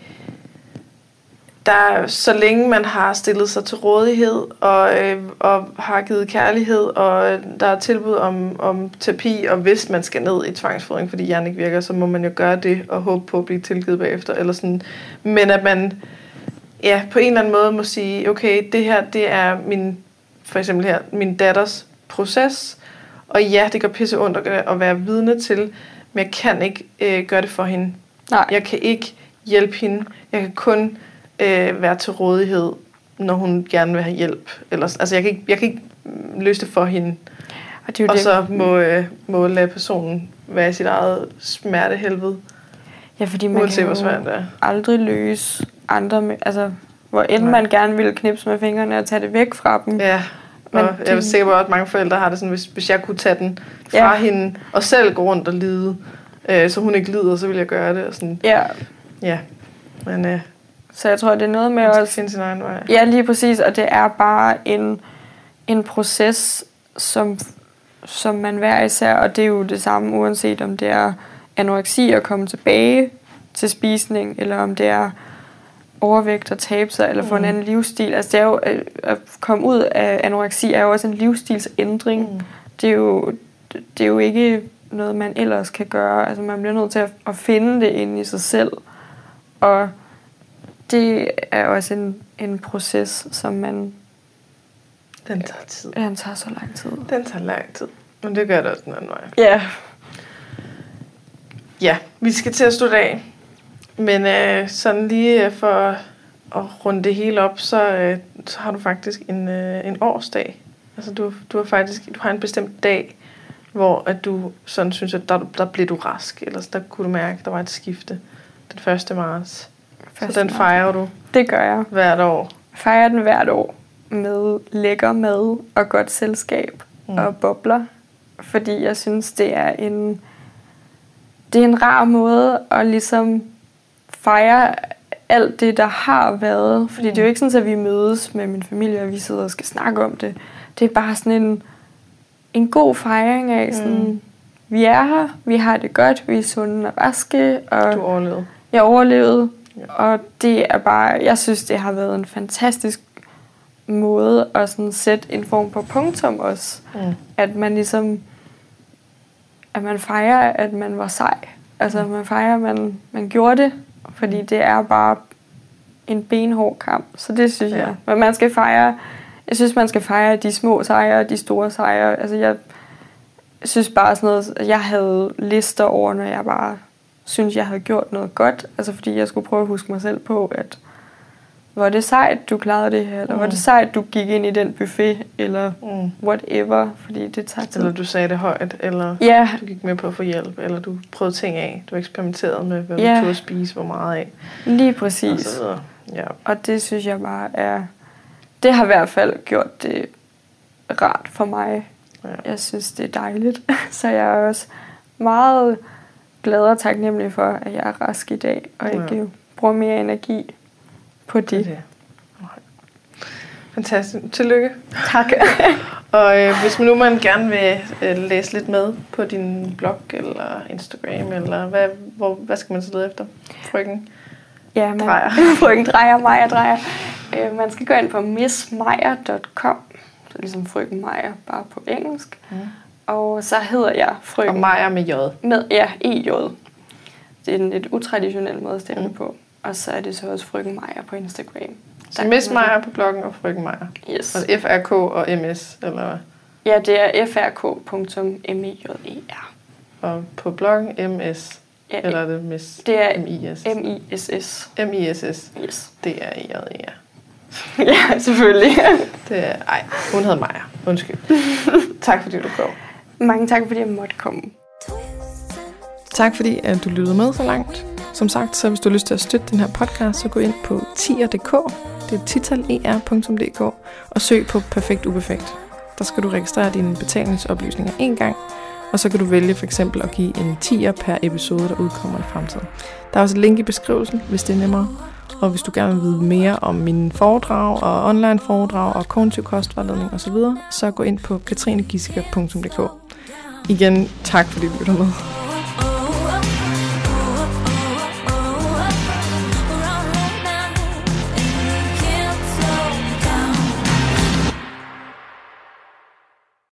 der så længe man har stillet sig til rådighed og, øh, og har givet kærlighed, og der er tilbud om, om terapi, og hvis man skal ned i tvangsfodring, fordi hjernen ikke virker, så må man jo gøre det og håbe på at blive tilgivet bagefter. Eller sådan. Men at man ja, på en eller anden måde må sige, okay, det her, det er min, for eksempel her, min datters proces, og ja, det gør pisse ondt at være vidne til, men jeg kan ikke øh, gøre det for hende. Nej. Jeg kan ikke hjælpe hende. Jeg kan kun øh, være til rådighed, når hun gerne vil have hjælp. Eller, altså, jeg kan ikke, jeg kan ikke løse det for hende. Og, det er jo og det. så må, øh, må lade personen være i sit eget smertehelvede. Ja, fordi man uanset, kan hvor svært det er. aldrig løse andre med, altså, hvor end Nej. man gerne vil knipse med fingrene og tage det væk fra dem. Ja, og men jeg er sikker på, at mange forældre har det sådan, hvis, hvis jeg kunne tage den fra ja. hende, og selv gå rundt og lide, øh, så hun ikke lider, så vil jeg gøre det. Og sådan. Ja. Ja, men øh, så jeg tror, det er noget med at også finde sin egen vej. Ja, lige præcis, og det er bare en, en proces, som, som man hver især, og det er jo det samme, uanset om det er anoreksi at komme tilbage til spisning, eller om det er overvægt og tabe sig, eller få mm. en anden livsstil. Altså det er jo, at komme ud af anoreksi er jo også en livsstilsændring. Mm. Det er jo, det er jo ikke noget, man ellers kan gøre. Altså man bliver nødt til at, at finde det inde i sig selv. Og det er også en, en proces, som man... Den tager tid. Ja, den tager så lang tid. Den tager lang tid. Men det gør det også den anden vej. Ja. Ja, vi skal til at slutte af. Men øh, sådan lige for at runde det hele op, så, øh, så har du faktisk en, øh, en årsdag. Altså du, du har faktisk du har en bestemt dag, hvor at du sådan synes, at der, der blev du rask. Ellers der kunne du mærke, at der var et skifte. Den første marts. Så den fejrer du? Det gør jeg. Hvert år? Jeg fejrer den hvert år med lækker mad og godt selskab mm. og bobler. Fordi jeg synes, det er en, det er en rar måde at ligesom fejre alt det, der har været. Fordi mm. det er jo ikke sådan, at vi mødes med min familie, og vi sidder og skal snakke om det. Det er bare sådan en, en god fejring af sådan, mm. vi er her, vi har det godt, vi er sunde og raske. Og du overlevede. Jeg overlevede. Ja. Og det er bare, jeg synes, det har været en fantastisk måde at sådan sætte en form på punktum også. Mm. At man ligesom, at man fejrer, at man var sej. Altså man fejrer, at man, man gjorde det. Fordi det er bare en benhård kamp. Så det synes ja. jeg. Men man skal fejre, jeg synes, man skal fejre de små sejre, de store sejre. Altså jeg synes bare sådan noget, at jeg havde lister over, når jeg bare synes, jeg havde gjort noget godt. Altså fordi jeg skulle prøve at huske mig selv på, at var det sejt, du klarede det her, eller mm. var det sejt, du gik ind i den buffet, eller mm. whatever, fordi det tager tid. Eller du sagde det højt, eller ja. du gik med på at få hjælp, eller du prøvede ting af, du eksperimenterede med, hvad ja. du turde spise, hvor meget af. Lige præcis. Og, ja. og det synes jeg bare er, det har i hvert fald gjort det rart for mig. Ja. Jeg synes, det er dejligt, så jeg er også meget glad og taknemmelig for, at jeg er rask i dag, og ikke ja. bruger mere energi på det. det. Fantastisk. Tillykke. Tak. Og øh, hvis man nu man gerne vil øh, læse lidt med på din blog eller Instagram, eller hvad, hvor, hvad skal man så lede efter? Frøken ja, man, Drejer. Frøken Drejer, Maja Drejer. Øh, man skal gå ind på miss meyer punktum com. Det er ligesom Frøken Meyer, bare på engelsk. Mm. Og så hedder jeg Frøken... Og Meyer med J. Med, ja, E J. Det er en lidt utraditionel måde at stemme mm. på. Og så er det så også Frøken Meyer på Instagram. Så Miss Meyer på bloggen og Frøken Meyer. Yes. Og F R K og M S, eller hvad? Ja, det er F R K punktum M E J E R. Og på bloggen M S, ja, eller er det Miss? Det er M I S. M I S S. M I S S. Yes. Det er E J E R. Ja, selvfølgelig. Det er, ej, hun hedder Meyer. Undskyld. Tak fordi du kom. Mange tak fordi jeg måtte komme. Tak fordi at du lyttede med så langt. Som sagt, så hvis du har lyst til at støtte den her podcast, så gå ind på tier punktum d k. Det er titaler punktum d k og søg på Perfekt Uperfekt. Der skal du registrere dine betalingsoplysninger en gang, og så kan du vælge for eksempel at give en tier per episode, der udkommer i fremtiden. Der er også et link i beskrivelsen, hvis det er nemmere. Og hvis du gerne vil vide mere om mine foredrag og online foredrag og kognitiv kostvejledning osv., så gå ind på katrinegissiker punktum d k. Igen, tak fordi du lytter med.